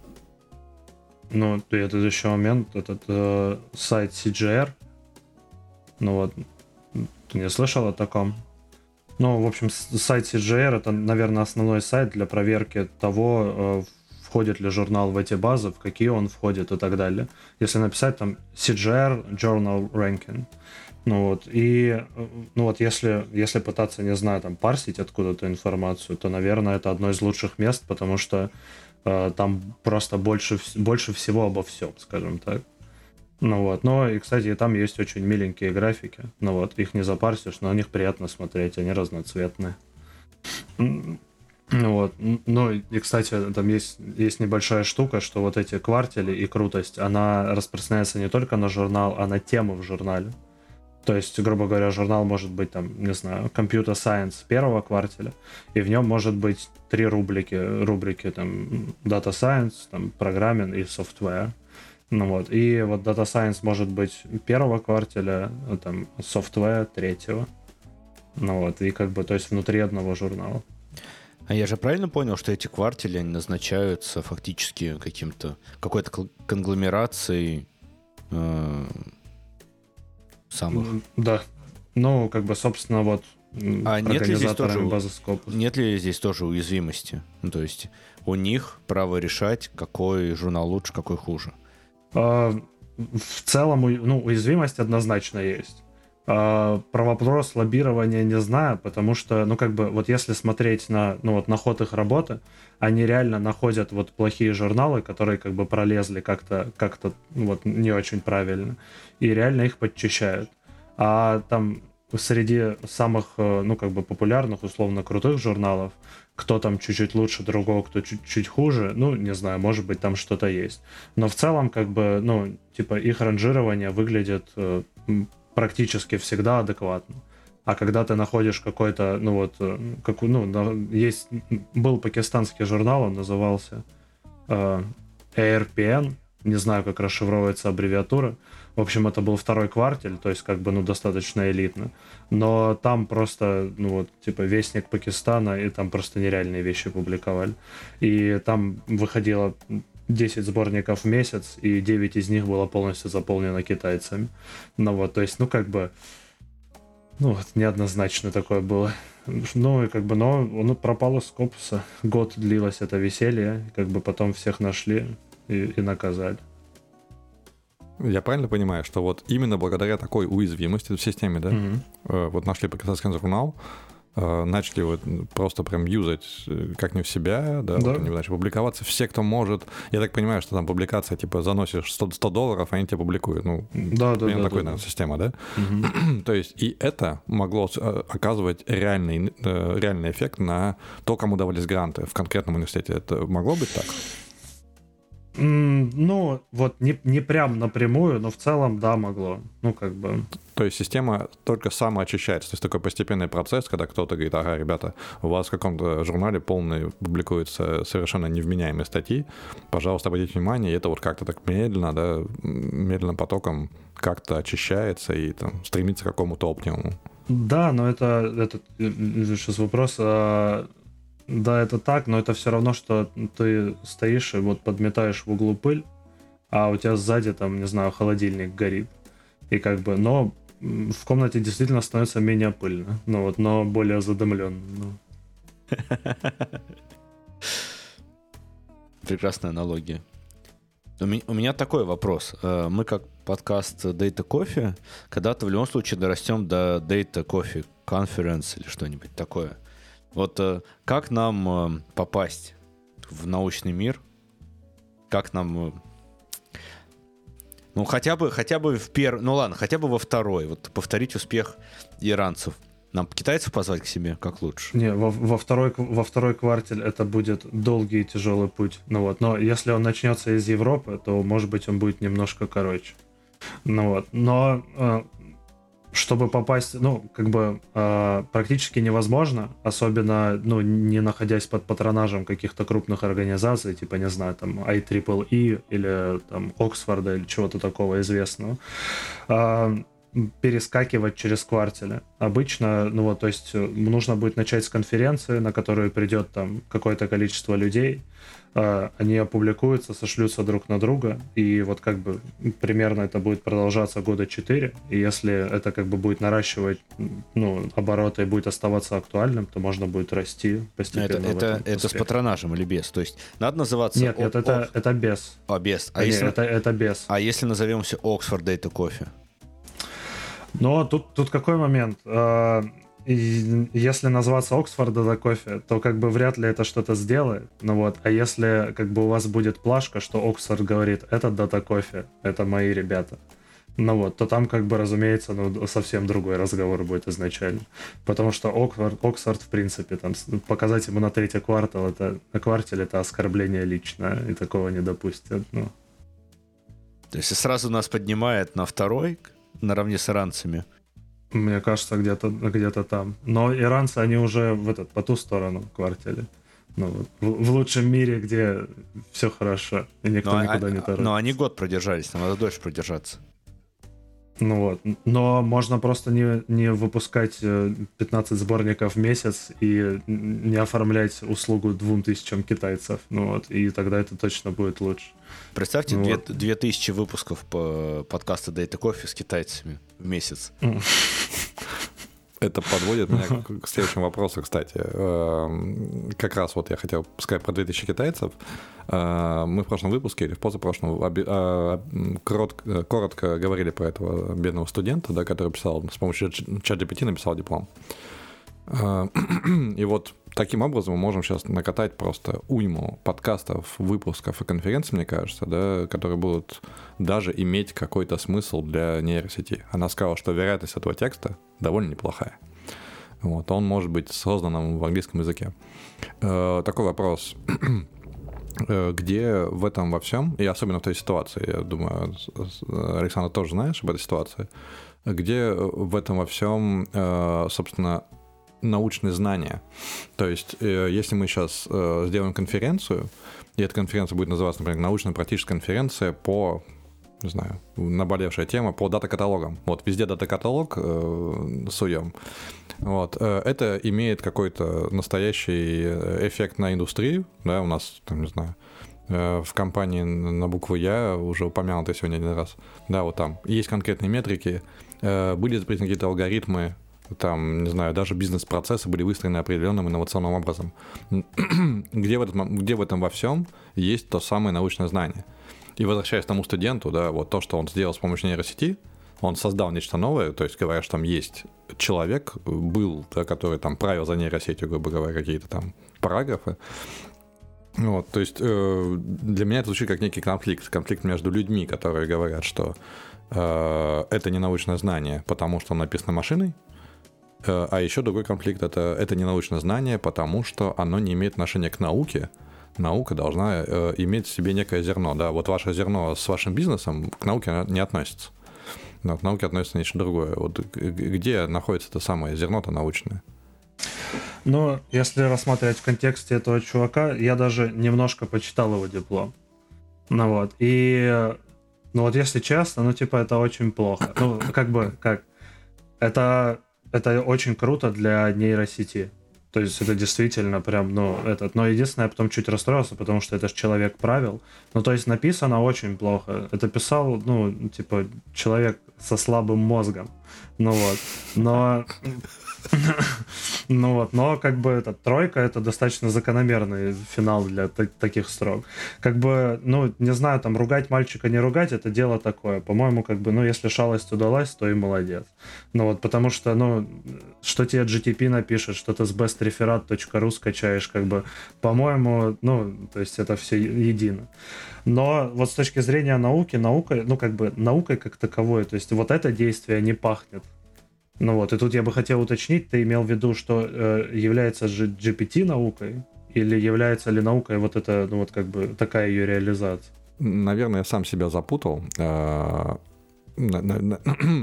Ну, и это еще момент, этот э, сайт си джи ар. Ну вот, ты не слышал о таком? Ну, в общем, сайт си джи ар — это, наверное, основной сайт для проверки того, э, входит ли журнал в эти базы, в какие он входит и так далее. Если написать там си джи ар Journal Ranking, ну вот, и, ну вот, если, если пытаться, не знаю, там, парсить откуда-то информацию, то, наверное, это одно из лучших мест, потому что э, там просто больше, больше всего обо всем, скажем так. Ну вот, но, и, кстати, там есть очень миленькие графики, ну вот, их не запарсишь, но на них приятно смотреть, они разноцветные. Ну вот, ну и, кстати, там есть, есть небольшая штука, что вот эти квартили и крутость, она распространяется не только на журнал, а на темы в журнале. То есть, грубо говоря, журнал может быть, там, не знаю, Computer Science первого квартеля, и в нем может быть три рубрики, рубрики там, Data Science, там, Programming и Software. Ну вот, и вот Data Science может быть первого квартеля, там, Software третьего. Ну вот, и как бы, то есть внутри одного журнала. А я же правильно понял, что эти квартели, они назначаются фактически каким-то, какой-то конгломерацией э, самых... Да. Ну, как бы, собственно, вот а нет ли здесь тоже, базы Scopus. Нет ли здесь тоже уязвимости? Ну, то есть у них право решать, какой журнал лучше, какой хуже. А, в целом, ну, уязвимость однозначно есть. А, про вопрос лоббирования не знаю, потому что, ну, как бы, вот если смотреть на, ну, вот, на ход их работы, они реально находят вот плохие журналы, которые как бы пролезли как-то, как-то вот не очень правильно, и реально их подчищают. А там среди самых, ну, как бы популярных, условно, крутых журналов, кто там чуть-чуть лучше другого, кто чуть-чуть хуже, ну, не знаю, может быть, там что-то есть. Но в целом, как бы, ну, типа, их ранжирование выглядит э, практически всегда адекватно. А когда ты находишь какой-то, ну, вот, как, ну, есть, был пакистанский журнал, он назывался э, эй ар пи эн, не знаю, как расшифровывается аббревиатура. В общем, это был второй квартель, то есть как бы, ну, достаточно элитно. Но там просто, ну, вот, типа, вестник Пакистана, и там просто нереальные вещи публиковали. И там выходило десять сборников в месяц, и девять из них было полностью заполнено китайцами. Ну вот, то есть, ну, как бы, ну, вот, неоднозначно такое было. Ну, и как бы, но он пропал из Scopus. Год длилось это веселье, и как бы потом всех нашли и, и наказали. Я правильно понимаю, что вот именно благодаря такой уязвимости в системе, да, mm-hmm. вот нашли пакистанский журнал, начали вот просто прям юзать как не в себя, да, да. Вот они начали публиковаться, все, кто может. Я так понимаю, что там публикация, типа, заносишь сто, сто долларов, они тебя публикуют. Ну, да, да, да, такой, да, наверное, да. система, да? Угу. То есть и это могло оказывать реальный, реальный эффект на то, кому давались гранты в конкретном университете. Это могло быть так? Mm, ну, вот не, не прям напрямую, но в целом, да, могло. Ну, как бы... То есть система только самоочищается. То есть такой постепенный процесс, когда кто-то говорит: ага, ребята, у вас в каком-то журнале полный публикуются совершенно невменяемые статьи, пожалуйста, обратите внимание, и это вот как-то так медленно, да, медленным потоком как-то очищается и там стремится к какому-то оптимуму. Да, но это, это сейчас вопрос... А... Да, это так, но это все равно, что ты стоишь и вот подметаешь в углу пыль, а у тебя сзади там, не знаю, холодильник горит. И как бы, но в комнате действительно становится менее пыльно, ну вот, но более задымленно. Ну. Прекрасная аналогия. У меня, у меня такой вопрос. Мы как подкаст Data Coffee когда-то в любом случае дорастем до Data Coffee Conference или что-нибудь такое. Вот э, как нам э, попасть в научный мир? Как нам... Э, ну, хотя бы, хотя бы в первый... Ну, ладно, хотя бы во второй. Вот повторить успех иранцев. Нам китайцев позвать к себе как лучше? Не, во, во, второй, во второй кварталь это будет долгий и тяжелый путь. Ну вот, но если он начнется из Европы, то, может быть, он будет немножко короче. Ну вот, но... Э, чтобы попасть, ну, как бы э, практически невозможно, особенно, ну, не находясь под патронажем каких-то крупных организаций, типа, не знаю, там, ай три и или там Оксфорда или чего-то такого известного, э, перескакивать через квартели. Обычно, ну вот, то есть нужно будет начать с конференции, на которую придет там какое-то количество людей, они опубликуются, сошлются друг на друга, и вот как бы примерно это будет продолжаться года четыре, и если это как бы будет наращивать, ну, обороты и будет оставаться актуальным, то можно будет расти постепенно. Это, это, это с патронажем или без? То есть надо называться... Нет, нет, это, Ок... это без. А, без. А, нет, если... это, это без. А если назовемся Oxford Data Coffee? Но тут, тут какой момент? Если назваться Oxford Data Coffee, то как бы вряд ли это что-то сделает. Ну вот. А если как бы у вас будет плашка, что Oxford говорит, это Data Coffee, это мои ребята, ну вот, то там как бы, разумеется, ну, совсем другой разговор будет изначально. Потому что Oxford, Oxford в принципе, там, показать ему на третий квартал, это, на квартале это оскорбление личное, и такого не допустят. Ну. То есть сразу нас поднимает на второй, наравне с иранцами? Мне кажется, где-то, где-то там. Но иранцы, они уже в этот, по ту сторону квартале. Ну, вот, в, в лучшем мире, где все хорошо, и никто но, никуда а, не торопится. Но они год продержались, нам надо дольше продержаться. Ну вот. Но можно просто не, не выпускать пятнадцать сборников в месяц и не оформлять услугу двум тысячам китайцев. Ну вот. И тогда это точно будет лучше. Представьте, ну две, вот. две тысячи выпусков по подкаста Data Coffee с китайцами в месяц. Это подводит меня к следующему вопросу, кстати. Как раз вот я хотел сказать про две тысячи китайцев. Мы в прошлом выпуске или в позапрошлом коротко, коротко говорили про этого бедного студента, да, который писал с помощью чат джи пи ти написал диплом. И вот таким образом мы можем сейчас накатать просто уйму подкастов, выпусков и конференций, мне кажется, да, которые будут даже иметь какой-то смысл для нейросети. Она сказала, что вероятность этого текста довольно неплохая. Вот, он может быть создан в английском языке. Э, такой вопрос. Где в этом во всем, и особенно в той ситуации, я думаю, Александр тоже знаешь об этой ситуации, где в этом во всем, э, собственно, научные знания. То есть, э, если мы сейчас э, сделаем конференцию, и эта конференция будет называться, например, научно-практическая конференция по, не знаю, наболевшая тема по дата-каталогам. Вот, везде дата-каталог э, суем. Вот, э, это имеет какой-то настоящий эффект на индустрию, да, у нас, там, не знаю, э, в компании на букву Я, уже упомянутой сегодня один раз, да, вот там есть конкретные метрики, э, были изобретены какие-то алгоритмы, там, не знаю, даже бизнес-процессы были выстроены определенным инновационным образом. Где в, этом, где в этом во всем есть то самое научное знание? И возвращаясь к тому студенту, да, вот то, что он сделал с помощью нейросети, он создал нечто новое, то есть говоря, что там есть человек, был, да, который там правил за нейросетью, грубо говоря, какие-то там параграфы. Вот, то есть э, для меня это звучит как некий конфликт, конфликт между людьми, которые говорят, что э, это не научное знание, потому что оно написано машиной. А еще другой конфликт это, — это не научное знание, потому что оно не имеет отношения к науке. Наука должна э, иметь в себе некое зерно. Да? Вот ваше зерно с вашим бизнесом к науке не относится. Но к науке относится нечто другое. Вот где находится это самое зерно-то научное? Ну, если рассматривать в контексте этого чувака, я даже немножко почитал его диплом. Ну вот. И, ну вот если честно, ну типа это очень плохо. Ну, как бы, как... Это... Это очень круто для нейросети. То есть это действительно прям, ну, этот... Но единственное, я потом чуть расстроился, потому что это же человек правил. Ну, то есть написано очень плохо. Это писал, ну, типа, человек со слабым мозгом. Ну вот. Но... Ну вот, но как бы эта тройка — это достаточно закономерный финал для т- таких строк. Как бы, ну, не знаю, там, ругать мальчика, не ругать, это дело такое. По-моему, как бы, ну, если шалость удалась, то и молодец. Ну вот, потому что, ну, что тебе джи ти пи напишет, что ты с бест реферат точка ру скачаешь, как бы, по-моему, ну, то есть это все едино. Но вот с точки зрения науки, наука, ну, как бы, наукой как таковой, то есть вот это действие не пахнет. Ну вот, и тут я бы хотел уточнить, ты имел в виду, что э, является же джи пи ти наукой, или является ли наукой вот это, ну вот как бы такая ее реализация? Наверное, я сам себя запутал. на, на, на,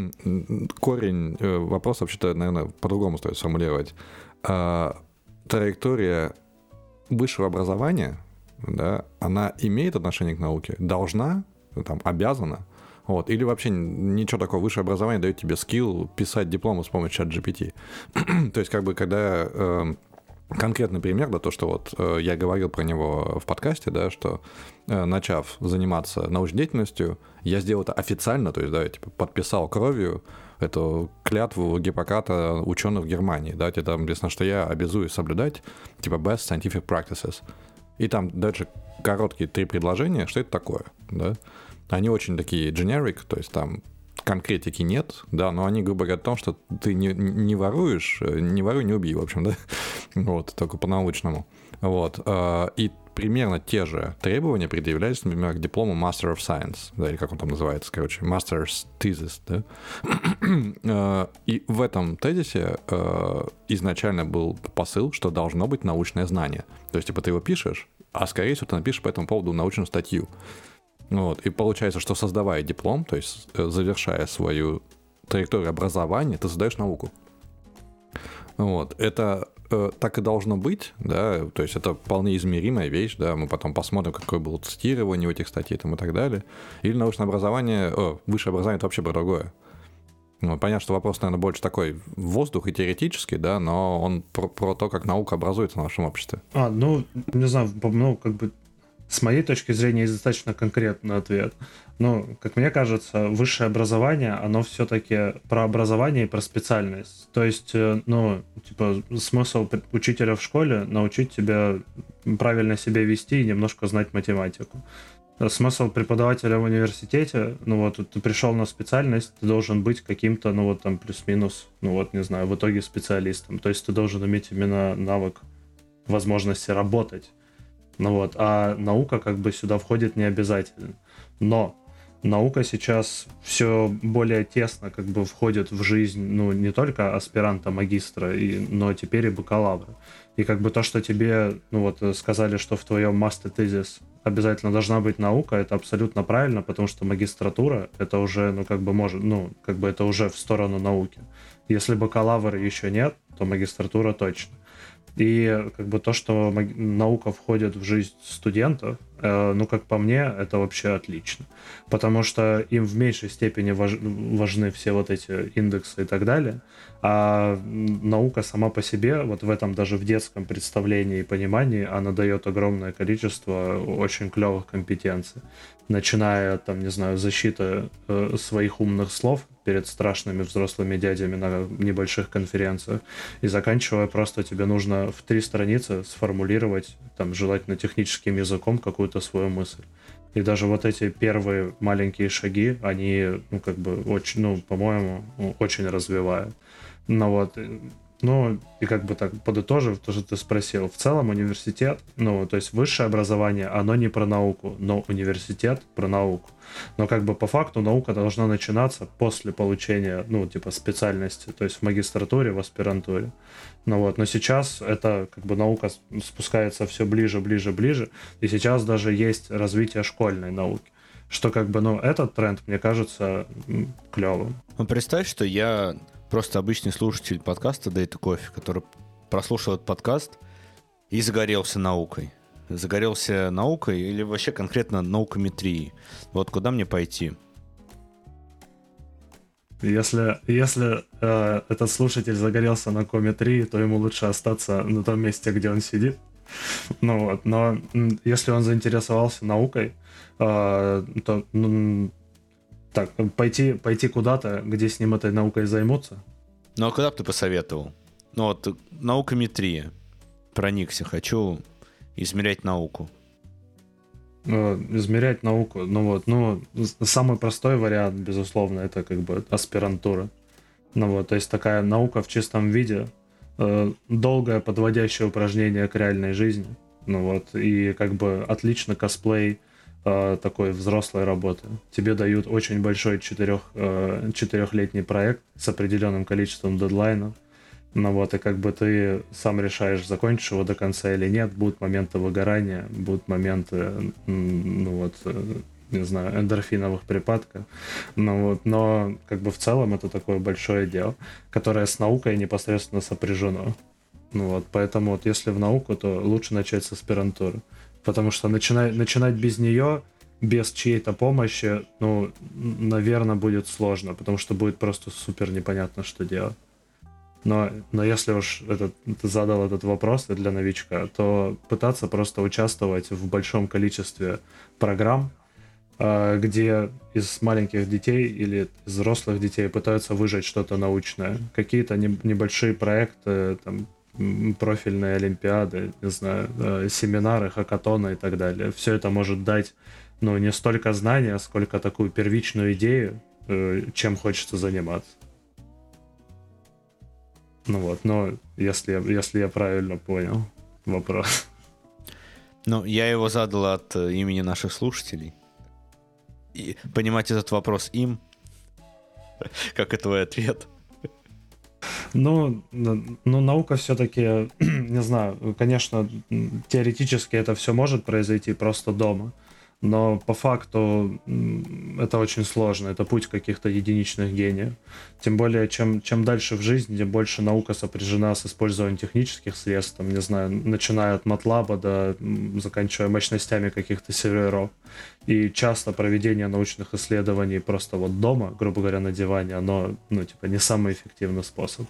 корень вопроса вообще-то, наверное, по-другому стоит сформулировать. А, траектория высшего образования, да, она имеет отношение к науке, должна, там, обязана, вот, или вообще ничего такого, высшее образование дает тебе скилл писать дипломы с помощью чат джи пи ти. То есть, как бы, когда э, конкретный пример, да, то, что вот э, я говорил про него в подкасте, да, что э, начав заниматься научной деятельностью, я сделал это официально, то есть, да, я типа подписал кровью эту клятву Гиппократа ученых в Германии, да, где там написано, что я обязуюсь соблюдать, типа, best scientific practices. И там дальше короткие три предложения, что это такое, да. Они очень такие generic, то есть там конкретики нет, да, но они, грубо говоря, о том, что ты не, не воруешь, не воруй, не убей, в общем, да, вот, только по-научному, вот, и примерно те же требования предъявлялись, например, к диплому Master of Science, да, или как он там называется, короче, Master's Thesis, да, и в этом тезисе изначально был посыл, что должно быть научное знание, то есть, типа, ты его пишешь, а, скорее всего, ты напишешь по этому поводу научную статью. Вот. И получается, что создавая диплом, то есть завершая свою траекторию образования, ты создаешь науку. Вот. Это э, так и должно быть, да, то есть это вполне измеримая вещь, да, мы потом посмотрим, какое было цитирование у этих статей там, и так далее. Или научное образование, о, высшее образование — это вообще про другое. Ну, понятно, что вопрос, наверное, больше такой воздух и теоретический, да, но он про, про то, как наука образуется в нашем обществе. А, ну, не знаю, ну, как бы с моей точки зрения есть достаточно конкретный ответ. Ну, как мне кажется, высшее образование, оно все-таки про образование и про специальность. То есть, ну, типа, смысл учителя в школе — научить тебя правильно себя вести и немножко знать математику. Смысл преподавателя в университете, ну вот, ты пришел на специальность, ты должен быть каким-то, ну вот там плюс-минус, ну вот, не знаю, в итоге специалистом. То есть ты должен иметь именно навык возможности работать. Ну вот, а наука как бы сюда входит не обязательно. Но наука сейчас все более тесно как бы входит в жизнь, ну, не только аспиранта, магистра, и, но теперь и бакалавра. И как бы то, что тебе, ну вот, сказали, что в твоем master thesis обязательно должна быть наука, это абсолютно правильно, потому что магистратура — это уже, ну, как бы может, ну, как бы это уже в сторону науки. Если бакалавра еще нет, то магистратура точно. И как бы то, что наука входит в жизнь студентов, э, ну, как по мне, это вообще отлично. Потому что им в меньшей степени важ, важны все вот эти индексы и так далее. А наука сама по себе, вот в этом даже в детском представлении и понимании, она дает огромное количество очень клевых компетенций. Начиная, там, не знаю, защиты э, своих умных слов перед страшными взрослыми дядями на небольших конференциях, и заканчивая просто тебе нужно в три страницы сформулировать, там, желательно техническим языком, какую-то свою мысль. И даже вот эти первые маленькие шаги, они, ну, как бы, очень, ну, по-моему, очень развивают. Ну, вот, ну, и как бы так, подытожив то, что ты спросил, в целом университет, ну, то есть высшее образование, оно не про науку, но университет про науку. Но как бы по факту наука должна начинаться после получения, ну, типа, специальности, то есть в магистратуре, в аспирантуре. Ну вот, но сейчас это как бы наука спускается все ближе, ближе, ближе, и сейчас даже есть развитие школьной науки. Что как бы, ну, этот тренд, мне кажется, клевым. Ну, представь, что я просто обычный слушатель подкаста Data Coffee, который прослушал этот подкаст и загорелся наукой. Загорелся наукой или вообще конкретно наукометрией. Вот куда мне пойти? Если, если э, этот слушатель загорелся на наукометрии, то ему лучше остаться на том месте, где он сидит. Ну вот, но если он заинтересовался наукой, э, то ну, так, пойти, пойти куда-то, где с ним этой наукой займутся. Ну, а куда бы ты посоветовал? Ну, вот наукометрия. Проникся, хочу измерять науку. Измерять науку, ну вот, ну, самый простой вариант, безусловно, это как бы аспирантура. Ну вот, то есть такая наука в чистом виде, э, долгое подводящее упражнение к реальной жизни. Ну вот, и как бы отлично косплей э, такой взрослой работы. Тебе дают очень большой четырех, э, четырехлетний проект с определенным количеством дедлайнов. Ну вот, и как бы ты сам решаешь, закончишь его до конца или нет. Будут моменты выгорания, будут моменты, ну вот, не знаю, эндорфиновых припадках. Ну, вот, но как бы в целом это такое большое дело, которое с наукой непосредственно сопряжено. Ну вот, поэтому вот если в науку, то лучше начать с аспирантуры. Потому что начинать, начинать без нее, без чьей-то помощи, ну, наверное, будет сложно, потому что будет просто супер непонятно, что делать. Но, но если уж этот, ты задал этот вопрос для новичка, то пытаться просто участвовать в большом количестве программ, где из маленьких детей или из взрослых детей пытаются выжать что-то научное. Какие-то не, небольшие проекты, там, профильные олимпиады, не знаю, семинары, хакатоны и так далее. Все это может дать, ну, не столько знания, сколько такую первичную идею, чем хочется заниматься. Ну вот, но если, если я правильно понял вопрос. Ну, я его задал от имени наших слушателей. И понимать этот вопрос им, как и твой ответ. Ну, ну, наука все-таки, не знаю, конечно, теоретически это все может произойти просто дома, но по факту это очень сложно, это путь каких-то единичных гениев. Тем более, чем, чем дальше в жизни, тем больше наука сопряжена с использованием технических средств, там, не знаю, начиная от MATLAB до заканчивая мощностями каких-то серверов. И часто проведение научных исследований просто вот дома, грубо говоря, на диване, оно, ну, типа, не самый эффективный способ.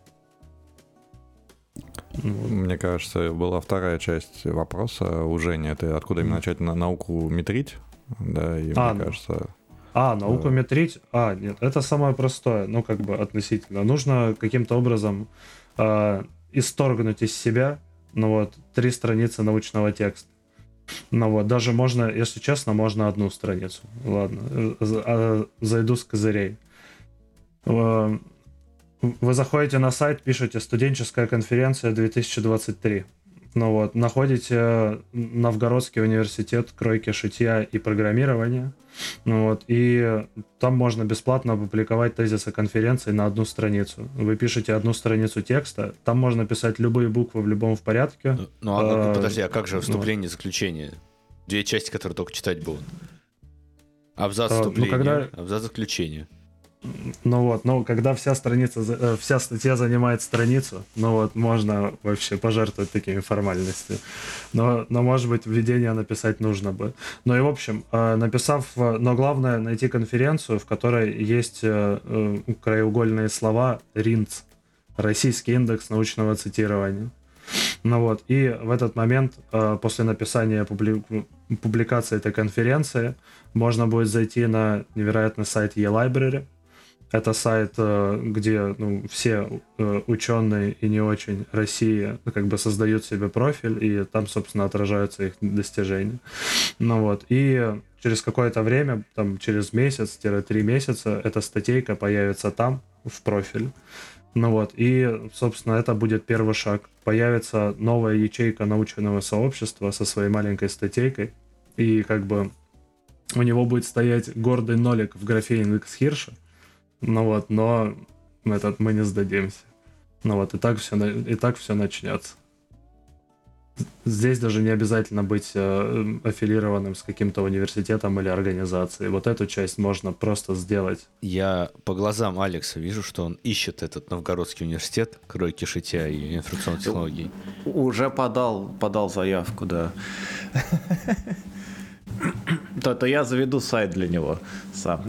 Мне кажется, была вторая часть вопроса у Жени. Это откуда именно начать на науку метрить? Да, и а, мне кажется... А, науку да. метрить? А, нет, это самое простое, ну, как бы относительно. Нужно каким-то образом э, исторгнуть из себя, ну, вот, три страницы научного текста. Ну, вот, даже можно, если честно, можно одну страницу. Ладно, зайду с козырей. Вы заходите на сайт, пишете «Студенческая конференция две тысячи двадцать три». Ну вот, находите Новгородский университет кройки, шитья и программирования. Ну вот, и там можно бесплатно опубликовать тезисы конференции на одну страницу. Вы пишете одну страницу текста, там можно писать любые буквы в любом порядке. Ну, ну а, а, подожди, а как же вступление и заключение? Две части, которые только читать будут. Абзац вступления, ну, когда... абзац заключения. Ну вот, ну когда вся страница, вся статья занимает страницу, ну вот, можно вообще пожертвовать такими формальностями. Но, но может быть, введение написать нужно бы. Ну и в общем, написав, но главное найти конференцию, в которой есть краеугольные слова РИНЦ, Российский индекс научного цитирования. Ну вот, и в этот момент, после написания публи... публикации этой конференции, можно будет зайти на невероятный сайт eLibrary. Это сайт, где, ну, все ученые и не очень России, ну, как бы создают себе профиль, и там, собственно, отражаются их достижения. Ну вот, и через какое-то время, там, через месяц-три месяца, эта статейка появится там, в профиле. Ну вот, и, собственно, это будет первый шаг. Появится новая ячейка научного сообщества со своей маленькой статейкой, и как бы у него будет стоять гордый нолик в графе индекс Хирша. Ну вот, но этот, мы не сдадимся. Ну вот, и так все, и так все начнется. Здесь даже не обязательно быть э, аффилированным с каким-то университетом или организацией. Вот эту часть можно просто сделать. Я по глазам Алекса вижу, что он ищет этот Новгородский университет кройки, шитья и информационных технологий. Уже подал, подал заявку, да. То-то я заведу сайт для него сам.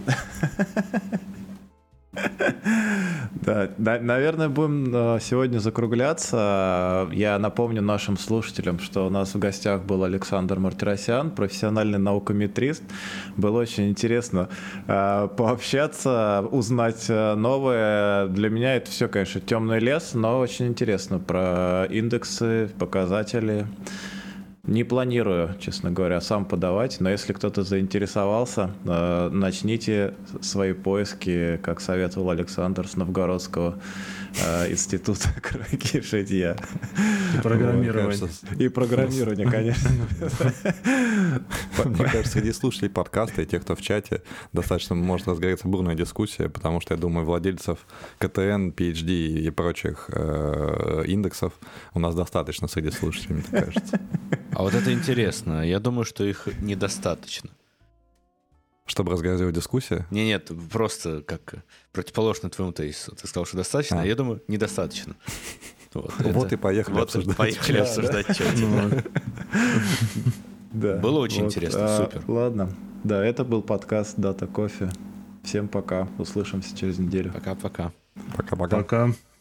Да, наверное, будем сегодня закругляться. Я напомню нашим слушателям, что у нас в гостях был Александр Мартиросян, профессиональный наукометрист. Было очень интересно пообщаться, узнать новое. Для меня это все, конечно, темный лес, но очень интересно про индексы, показатели. Не планирую, честно говоря, сам подавать, но если кто-то заинтересовался, э, начните свои поиски, как советовал Александр, с Новгородского э, института кройки и шитья. И программирование. И программирование, конечно. Мне кажется, среди слушателей подкаста и тех, кто в чате, достаточно может разгореться бурная дискуссия, потому что, я думаю, владельцев ка тэ эн, пи эйч ди и прочих индексов у нас достаточно среди слушателей, мне кажется. А вот это интересно. Я думаю, что их недостаточно. Чтобы разгорелась дискуссия? Не, нет, просто как противоположно твоему тезису. Ты сказал, что достаточно, а, а я думаю, недостаточно. Вот, вот и поехали вот обсуждать. Поехали да, обсуждать да? что-то. Да. Было очень вот, интересно, а, супер. Ладно. Да, это был подкаст Дата Кофе. Всем пока. Услышимся через неделю. Пока-пока. Пока-пока. Пока.